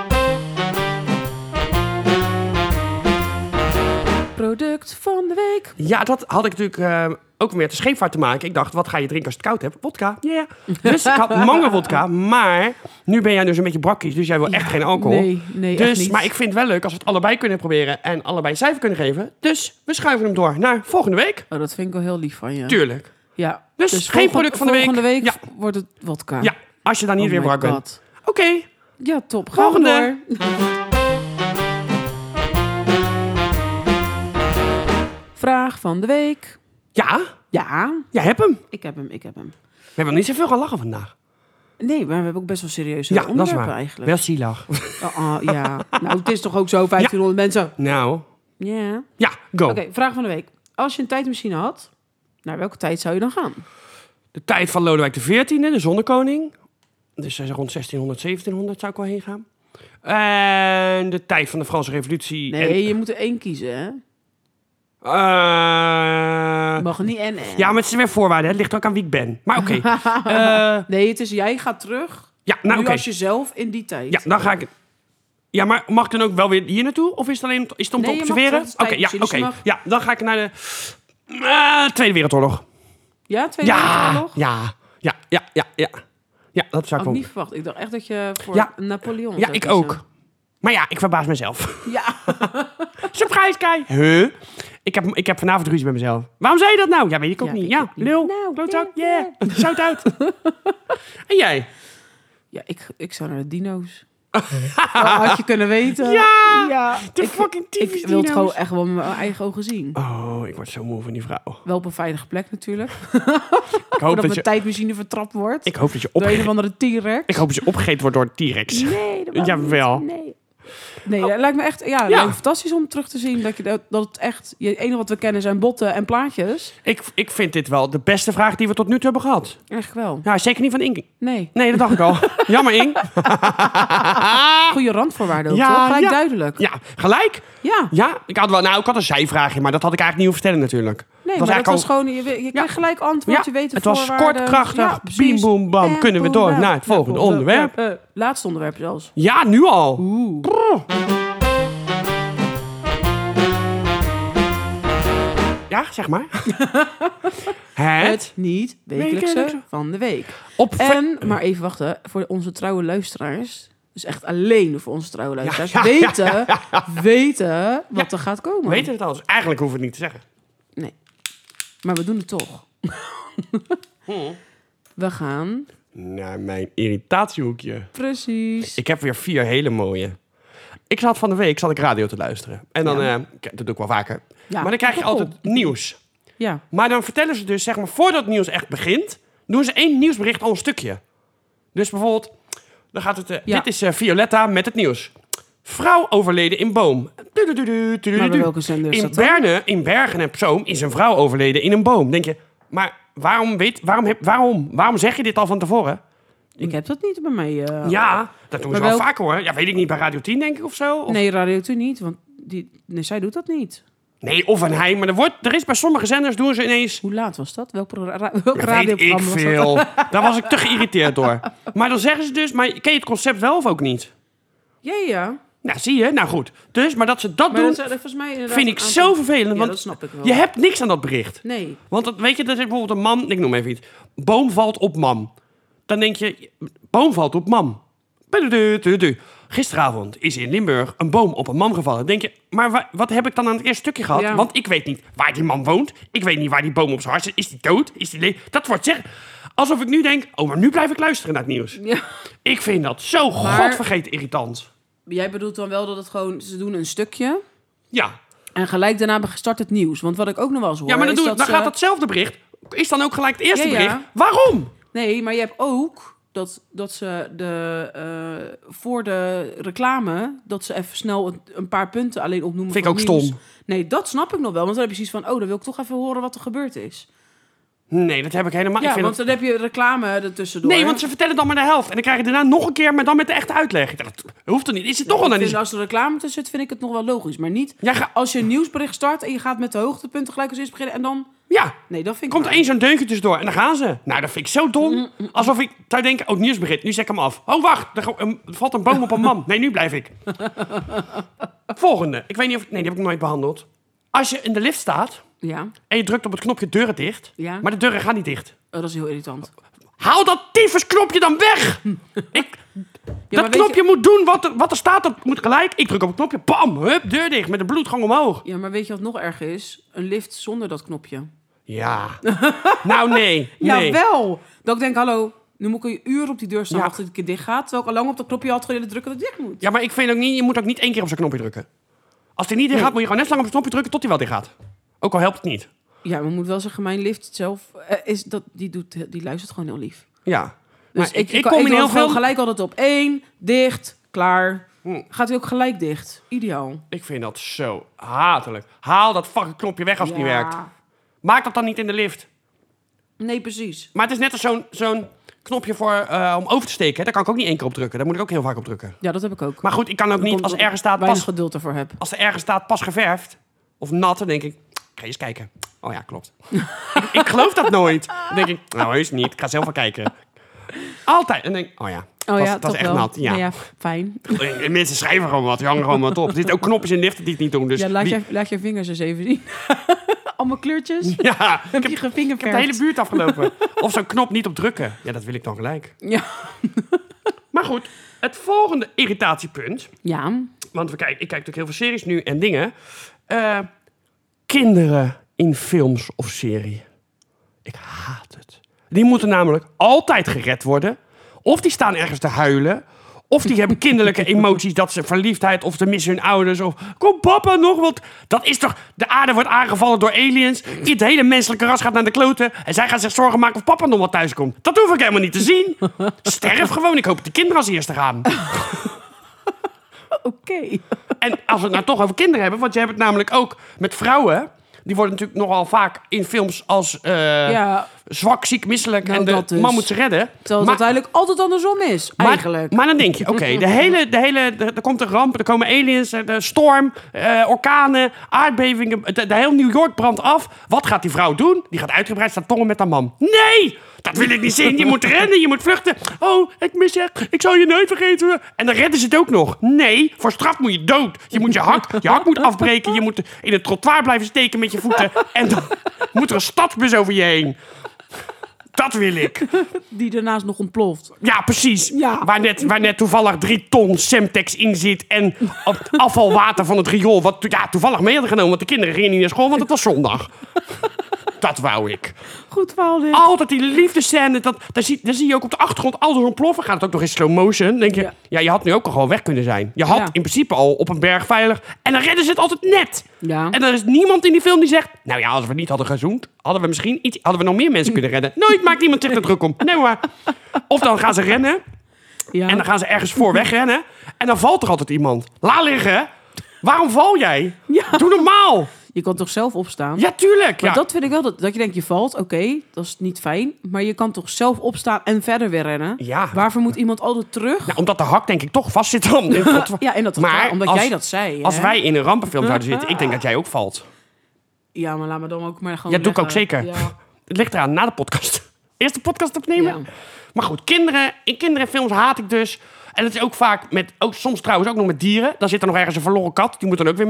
Product van de week. Ja, dat had ik natuurlijk uh, ook weer met de scheepvaart te maken. Ik dacht, wat ga je drinken als je het koud hebt? Wodka. Ja. Yeah. Dus ik had mango wodka. Maar nu ben jij dus een beetje brakkies. Dus jij wil echt Ja, geen alcohol. Nee, nee, dus, echt niet. Maar ik vind het wel leuk als we het allebei kunnen proberen. En allebei een cijfer kunnen geven. Dus we schuiven hem door naar volgende week. Oh, dat vind ik wel heel lief van je. Tuurlijk. Ja. Dus, geen volgende- product van de week. Volgende week Ja. wordt het wodka. Ja, als je dan niet Oh weer my brak bent. God. Oké. Okay. Ja, top. Gaan Volgende. we door. Vraag van de week. Ja, Ja, jij hebt hem. ik heb hem, ik heb hem. We hebben niet zoveel gaan lachen vandaag. Nee, maar we hebben ook best wel serieuze Ja, dat is onderwerpen waar. eigenlijk. Wel zielig. Oh, oh, ja. Nou, het is toch ook zo, vijftienhonderd mensen? Nou, Ja. ja, go. Oké, vraag van de week. Als je een tijdmachine had, naar welke tijd zou je dan gaan? De tijd van Lodewijk de veertiende, de zonnekoning. Dus uh, rond zestienhonderd, zeventienhonderd zou ik wel heen gaan. En de tijd van de Franse revolutie. Nee, en, je moet er één kiezen, hè? Uh, Je mag niet en en. ja, maar het is weer voorwaarden. Het ligt ook aan wie ik ben. Maar oké. Okay. uh, Nee, het is jij gaat terug. ja, nou nu oké. Okay. als jezelf in die tijd. Ja, dan ga ik... Ja, maar mag ik dan ook wel weer hier naartoe? Of is het alleen is het om Nee, te je mag observeren? terug. Oké, ja, Dus oké. je mag- Ja, dan ga ik naar de uh, Tweede Wereldoorlog. Ja, Tweede Ja, Wereldoorlog? ja, ja, ja, ja, ja. Ja, dat zou Had ik ik ook. niet verwacht. Ik dacht echt dat je voor Ja. Napoleon Ja, zou ik kiezen. ook. Maar ja, ik verbaas mezelf. Ja. Surprise, Kai. Huh? Ik heb, ik heb vanavond ruzie met mezelf. Waarom zei je dat nou? Ja, weet ik ook Ja, niet. ik Ja, ook niet. lul. Nou, Klootzak. yeah, Yeah. Zout uit. En jij? Ja, ik, ik zou naar de dino's. Oh, had je kunnen weten. Ja, ja. de ik, fucking tyfus Ik wil het dino's. gewoon echt wel met mijn eigen ogen zien. Oh, ik word zo moe van die vrouw. Wel op een veilige plek natuurlijk. Ik hoop, Voordat dat mijn je, tijdmachine vertrapt wordt. ik hoop dat je door een of opgegeten andere T-Rex. Ik hoop dat je opgegeten wordt door een T-Rex. Nee, dat wou ik Jawel. niet. Nee. Nee, dat lijkt me echt ja, Ja. lijkt me fantastisch om terug te zien dat, je, dat, dat het echt... Het enige wat we kennen zijn botten en plaatjes. Ik, ik vind dit wel de beste vraag die we tot nu toe hebben gehad. Echt wel. Ja, zeker niet van Ink. Nee. Nee, dat dacht ik al. Jammer, Ink. Goede randvoorwaarden ook, Ja, toch? Gelijk ja. duidelijk. Ja, gelijk. Ja. Ja, ik had wel, nou, ik had een zijvraagje, maar dat had ik eigenlijk niet hoeven vertellen natuurlijk. Nee, was maar dat was eigenlijk gewoon... Je, je krijgt gelijk antwoord, Ja, je weet de het was voorwaarden. kort, krachtig, Ja, biem, precies. boem, bam. En Kunnen we boem, door bam. naar het volgende Ja, onderwerp? eh, eh, laatste onderwerp zelfs. Ja, nu al. Oeh. Ja, zeg maar. het Het niet wekelijkse Wekelijkse. van de week. op... En, maar even wachten, voor onze trouwe luisteraars... Dus echt alleen voor onze trouwe luisteraars... ja, weten, ja, ja, ja. weten wat er gaat komen. We weten het al, dus eigenlijk hoeven we het niet te zeggen. Nee. Maar we doen het toch. We gaan... Naar mijn irritatiehoekje. Precies. Ik heb weer vier hele mooie. Ik zat van de week zat ik radio te luisteren. En dan, Ja. eh, dat doe ik wel vaker. Ja, Maar dan krijg je toch altijd wel. nieuws. Ja. Maar dan vertellen ze dus, zeg maar, voordat het nieuws echt begint... doen ze één nieuwsbericht al een stukje. Dus bijvoorbeeld, dan gaat het... Uh, Ja. Dit is uh, Violetta met het nieuws. Vrouw overleden in boom. Du-du-du-du-du-du-du. Maar bij welke zender is In dat dan? Berne, in Bergen en Zoom is een vrouw overleden in een boom. Denk je, maar waarom, weet, waarom, heb, waarom, waarom zeg je dit al van tevoren? Ik heb dat niet bij mij. eh. Ja, dat doen ze Maar wel welk- vaker hoor. Ja, weet ik niet, bij Radio tien denk ik of zo. Of, Nee, Radio twee niet, want die, nee, zij doet dat niet. nee, of een hij. Maar er, wordt, er is bij sommige zenders doen ze ineens... Hoe laat was dat? Welk, pro- ra- welk Ja, weet ik radioprogramma was dat? veel. Daar was ik te geïrriteerd door. Maar dan zeggen ze dus, maar ken je het concept wel of ook niet? Ja, ja. Nou, zie je? Nou goed. Dus, maar dat ze dat Maar doen, dat, is- volgens mij inderdaad vind ik een zo aantal- vervelend. Ja, Want dat snap ik wel. je hebt niks aan dat bericht. Nee. Want dat, weet je, er is bijvoorbeeld een man, ik noem even iets. Boom valt op man. Dan denk je, boom valt op man. Gisteravond is in Limburg een boom op een man gevallen. Denk je, maar wa- wat heb ik dan aan het eerste stukje gehad? Ja. Want ik weet niet waar die man woont. Ik weet niet waar die boom op zijn hart zit. Is die dood? Is die le- Dat wordt zeggen. Alsof ik nu denk, oh, maar nu blijf ik luisteren naar het nieuws. Ja. Ik vind dat zo Maar- godvergeten irritant. Jij bedoelt dan wel dat het gewoon... Ze doen een stukje Ja, en gelijk daarna gestart het nieuws. Want wat ik ook nog wel eens hoor... ja maar dan, is doe, dat dan ze... gaat datzelfde bericht. Is dan ook gelijk het eerste Ja, ja. bericht? Waarom? Nee, maar je hebt ook dat, dat ze de, uh, voor de reclame... dat ze even snel een, een paar punten alleen opnoemen. Vind ik voor ook nieuws. stom. Nee, dat snap ik nog wel. Want dan heb je zoiets van... oh, dan wil ik toch even horen wat er gebeurd is. Nee, dat heb ik helemaal. Ja, ik vind want dat... dan heb je reclame ertussendoor. Nee, want ze vertellen dan maar de helft. En dan krijg je daarna nog een keer, maar dan met de echte uitleg. Dat hoeft er niet. Is het toch al Ik naar vind, die... als er reclame tussen zit, vind ik het nog wel logisch. Maar niet Ja, ga... als je een nieuwsbericht start... en je gaat met de hoogtepunten gelijk als eerst beginnen... en dan... ja, Nee, dat vind ik komt raar. één zo'n deuntje tussendoor en dan gaan ze. Nou, dat vind ik zo dom. Alsof ik zou denken, oh, het nieuws begint. Nu zet ik hem af. Oh, wacht, er, go- er valt een boom op een man. Nee, nu blijf ik. Volgende. Ik weet niet of... Nee, die heb ik nooit behandeld. Als je in de lift staat Ja, en je drukt op het knopje deuren dicht... ja. maar de deuren gaan niet dicht. Oh, dat is heel irritant. Haal dat tyfusknopje dan weg! ik, Ja, dat maar weet knopje je- moet doen wat er, wat er staat. Dat moet gelijk. Ik druk op het knopje. Bam! Hup, deur dicht. Met de bloedgang omhoog. Ja, maar weet je wat nog erger is? Een lift zonder dat knopje. Ja. nou, nee. nee. Jawel! Dat ik denk, hallo, nu moet ik een uur op die deur staan... Ja. wachten tot ik het dicht gaat. Terwijl ik al lang op dat knopje had willen drukken dat het dicht moet. Ja, maar ik vind ook niet... Je moet ook niet één keer op zo'n knopje drukken. Als die niet dicht gaat, Nee. moet je gewoon net zo lang op het knopje drukken tot die wel dicht gaat. Ook al helpt het niet. Ja, maar ik moet wel zeggen, mijn lift zelf... eh, is dat, die, doet, die luistert gewoon heel lief. Ja. Dus Maar ik, ik, kom in doe heel gewoon veel... gelijk altijd op één, dicht, klaar. Hm. Gaat hij ook gelijk dicht. Ideaal. Ik vind dat zo hatelijk. Haal dat fucking knopje weg als het Ja. niet werkt. Maak dat dan niet in de lift. Nee, precies. Maar het is net als zo'n zo'n knopje voor, eh, om over te steken. Hè. Daar kan ik ook niet één keer op drukken. Daar moet ik ook heel vaak op drukken. Ja, dat heb ik ook. Maar goed, ik kan ook Dat niet komt als omdat ergens staat... ik weinig Pas, geduld ervoor heb. als er ergens staat pas geverfd of nat, dan denk ik... Ga je eens kijken. Oh ja, klopt. ik, ik geloof dat nooit. Dan denk ik, nou heus niet. Ik ga zelf wel kijken. Altijd. En denk ik, oh ja, Oh was, ja, het was toch echt wel. nat. Ja. Nou ja, fijn. En mensen schrijven gewoon wat, die hangen gewoon wat op. Er zitten ook knopjes in liften die het niet doen. Dus ja, laat, wie- je, laat je vingers eens even zien. Allemaal kleurtjes. ja, Heb ik je heb, gevingerverfd? ik heb de hele buurt afgelopen. Of zo'n knop niet op drukken. Ja, dat wil ik dan gelijk. Ja. Maar goed, het volgende irritatiepunt. Ja. Want we kijken, ik kijk natuurlijk heel veel series nu en dingen. Eh, kinderen in films of serie. Ik haat het. Die moeten namelijk altijd gered worden. Of die staan ergens te huilen. Of die hebben kinderlijke emoties, dat ze verliefdheid, of ze missen hun ouders. Of kom papa nog, want dat is toch... De aarde wordt aangevallen door aliens. Het hele menselijke ras gaat naar de kloten. En zij gaan zich zorgen maken of papa nog wel thuis komt. Dat hoef ik helemaal niet te zien. Sterf gewoon. Ik hoop dat de kinderen als eerste gaan. Oké. Okay. En als we het nou toch over kinderen hebben... want je hebt het namelijk ook met vrouwen... die worden natuurlijk nogal vaak in films als uh, Ja. zwak, ziek, misselijk... Nou, en de dat dus. man moet ze redden. Terwijl het Maar- uiteindelijk altijd andersom is, eigenlijk. Maar, maar dan denk je, oké, de hele, de hele, de- er komt een ramp, er komen aliens, er- de storm, eh, orkanen, aardbevingen, de, de heel New York brandt af. Wat gaat die vrouw doen? Die gaat uitgebreid staan tongen met haar man. Nee, dat wil ik niet zien. Je moet rennen, je moet vluchten. Oh, ik mis je, ik zal je nooit vergeten. En dan redden ze het ook nog. Nee, voor straf moet je dood. Je moet je hak, je hak moet afbreken, je moet in het trottoir blijven steken met je voeten. En dan moet er een stadsbus over je heen. Dat wil ik. Die daarnaast nog ontploft. Ja, precies. Ja. Waar, net, waar net toevallig drie ton Semtex in zit... en op afvalwater van het riool... wat ja, toevallig mee hadden genomen... want de kinderen gingen niet naar school, want het was zondag. Dat wou ik. Goed verhaal dit. Altijd die liefdescène, dat, daar, zie, daar zie je ook op de achtergrond alles ontploffen. Gaat het ook nog in slow motion. Dan denk je, ja. Ja. je had nu ook al gewoon weg kunnen zijn. Je had Ja. in principe al op een berg veilig... en dan redden ze het altijd net. Ja. En er is niemand in die film die zegt... nou ja, als we niet hadden gezoend... hadden we misschien iets, hadden we nog meer mensen kunnen redden. Nooit maakt iemand zich er druk om. Nee maar. Of dan gaan ze rennen... Ja. en dan gaan ze ergens voor wegrennen... en dan valt er altijd iemand. Laat liggen. Waarom val jij? Ja. Doe normaal. Je kan toch zelf opstaan? Ja, tuurlijk. Maar Ja. dat vind ik wel, dat, dat je denkt, je valt, oké, dat is niet fijn. Maar je kan toch zelf opstaan en verder weer rennen? Ja. Waarvoor moet iemand altijd terug? Nou, omdat de hak denk ik toch vast zit dan. Ja, en dat Maar maar omdat als- jij dat zei. Als hè? wij in een rampenfilm zouden zitten... ik denk dat jij ook valt. Ja, maar laat me dan ook maar gewoon Ja, doe ik ook leggen. zeker. Ja. Het ligt eraan, na de podcast. Eerst de podcast opnemen. Ja. Maar goed, kinderen, in kinderenfilms haat ik dus. En het is ook vaak met, ook soms trouwens ook nog met dieren. Dan zit er nog ergens een verloren kat, die moet dan ook weer mee.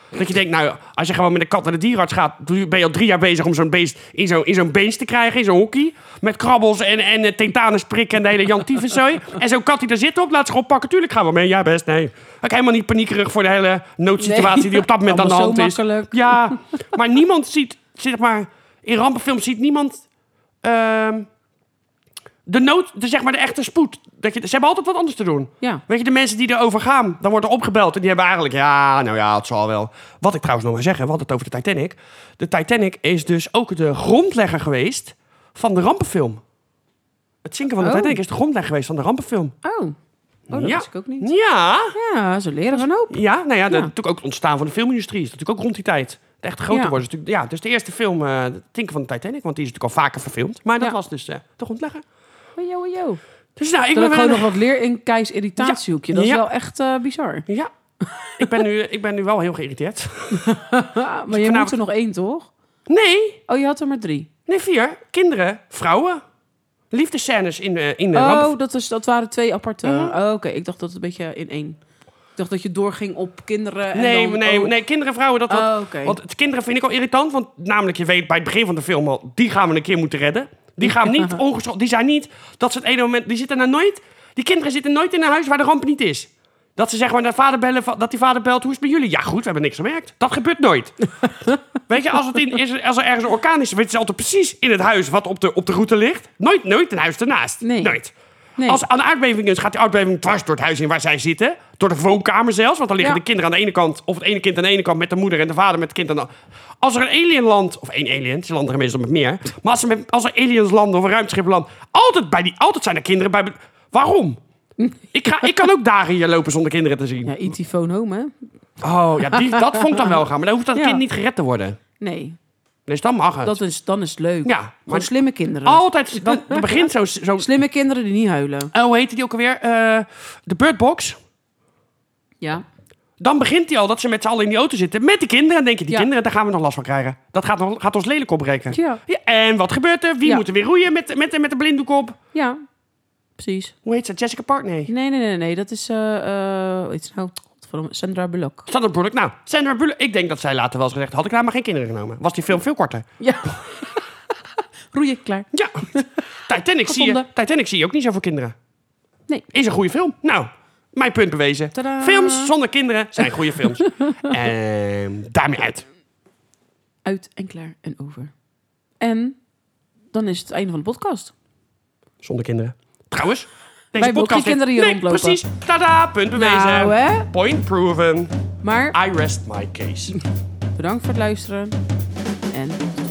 Dat je denkt, nou, als je gewoon met een kat naar de dierenarts gaat... ben je al drie jaar bezig om zo'n beest in, zo, in zo'n beest te krijgen, in zo'n hockey. Met krabbels en, en uh, tentanus prikken en de hele Jan Tyfuszooi. En zo'n kat die daar zit op, laat ze gewoon pakken. Tuurlijk gaan we mee, ja best, nee. Ik helemaal niet paniekerig voor de hele noodsituatie Nee. die op dat moment aan de hand zo is. makkelijk. Ja, maar niemand ziet, zeg maar... In rampenfilms ziet niemand... Uh, de nood, de, zeg maar de echte spoed. Dat je, ze hebben altijd wat anders te doen. Ja. Weet je, de mensen die erover gaan, dan wordt er opgebeld. En die hebben eigenlijk, ja, nou ja, het zal wel. Wat ik trouwens nog maar zeggen, we hadden het over de Titanic. De Titanic is dus ook de grondlegger geweest van de rampenfilm. Het zinken van de Oh. Titanic is de grondlegger geweest van de rampenfilm. Oh, oh dat Ja. wist ik ook niet. Ja, Ja, zo leren we een hoop. ja, nou ja, de, Ja. natuurlijk ook het ontstaan van de filmindustrie. Is natuurlijk ook rond die tijd. Het echt groter Ja. worden. Is natuurlijk, ja, dus de eerste film, uh, het zinken van de Titanic. Want die is natuurlijk al vaker verfilmd. Maar dat Ja. was dus uh, de grondlegger. Oh, yo, yo. Dus nou, ik Dat ben ik gewoon wel- nog wat leer in Keis irritatiehoekje. Dat is Ja. wel echt uh, bizar. Ja, ik ben, nu, ik ben nu wel heel geïrriteerd. Ah, maar je vanavond- moet er nog één, toch? Nee, Oh, je had er maar drie. nee, vier. Kinderen, vrouwen. Liefdescènes in de, in de rampen. Oh, dat, is, dat waren twee aparte. Mhm. Oh, oké. Ik dacht dat het een beetje in één. Ik dacht dat je doorging op kinderen en Nee, dan... nee, oh. nee, kinderen en vrouwen. Dat, dat, Oh, oké. Want het kinderen vind ik al irritant. Want namelijk, je weet bij het begin van de film al... die gaan we een keer moeten redden. Die gaan niet ongeschoten. Die zijn niet... Dat ze het ene moment... Die zitten nou nooit... Die kinderen zitten nooit in een huis waar de ramp niet is. Dat ze zeggen maar naar vader bellen... Dat die vader belt, hoe is het bij jullie? Ja, goed, we hebben niks gemerkt. Dat gebeurt nooit. Weet je, als, het in, is, als er ergens een orkaan is... weten ze altijd precies in het huis wat op de, op de route ligt. Nooit, nooit een huis ernaast. Nee. Nooit. Nee. Als aan de aardbeving is, gaat die aardbeving dwars door het huis in waar zij zitten. Door de woonkamer zelfs. Want dan liggen Ja. de kinderen aan de ene kant... of het ene kind aan de ene kant met de moeder... en de vader met het kind aan de andere. Als er een alien landt... of één alien, ze landen er meestal met meer... maar als er, met, als er aliens landen of een ruimteschip landt... altijd, bij die, altijd zijn er kinderen bij... Waarom? ik, ga, ik kan ook dagen hier lopen zonder kinderen te zien. Ja, E T Phone Home, hè? Oh, ja, die, dat vond ik dan wel gaan. Maar dan hoeft dat Ja. kind niet gered te worden. Nee, Dus dan mag het. dat is, dan is het leuk. Ja, Gewoon maar slimme kinderen. altijd... Dan, dan begint zo... zo Slimme kinderen die niet huilen. oh, hoe heette die ook alweer? Eh, de Bird Box. Ja. Dan begint hij al dat ze met z'n allen in die auto zitten. Met die kinderen. En denk je, die Ja. kinderen, daar gaan we nog last van krijgen. Dat gaat, nog, gaat ons lelijk opbreken. Ja. Ja, en wat gebeurt er? Wie Ja. moet er weer roeien met, met, met de blinddoek op? Ja, precies. Hoe heet ze? Jessica Park? Nee. Nee, nee, nee, nee. Dat is... eh uh, hoe heet ze nou? Godverdomme, Sandra Bullock. Sandra Bullock. Nou, Sandra Bullock. Ik denk dat zij later wel eens gezegd had ik daar maar geen kinderen genomen. Was die film veel korter. Ja. Roeien, klaar. Ja. Titanic, zie je, Gevonden. Titanic zie je ook niet zo voor kinderen. Nee. Is een goede film. Nou, mijn punt bewezen. Tadaa. Films zonder kinderen zijn goede films. En daarmee uit. Uit en klaar en over. En dan is het einde van de podcast. Zonder kinderen. Trouwens, deze Wij hebben ook podcast geen kinderen hier nee, rondlopen. precies. Tada, punt bewezen. Nou, hè? Point proven. Maar I rest my case. bedankt voor het luisteren. En tot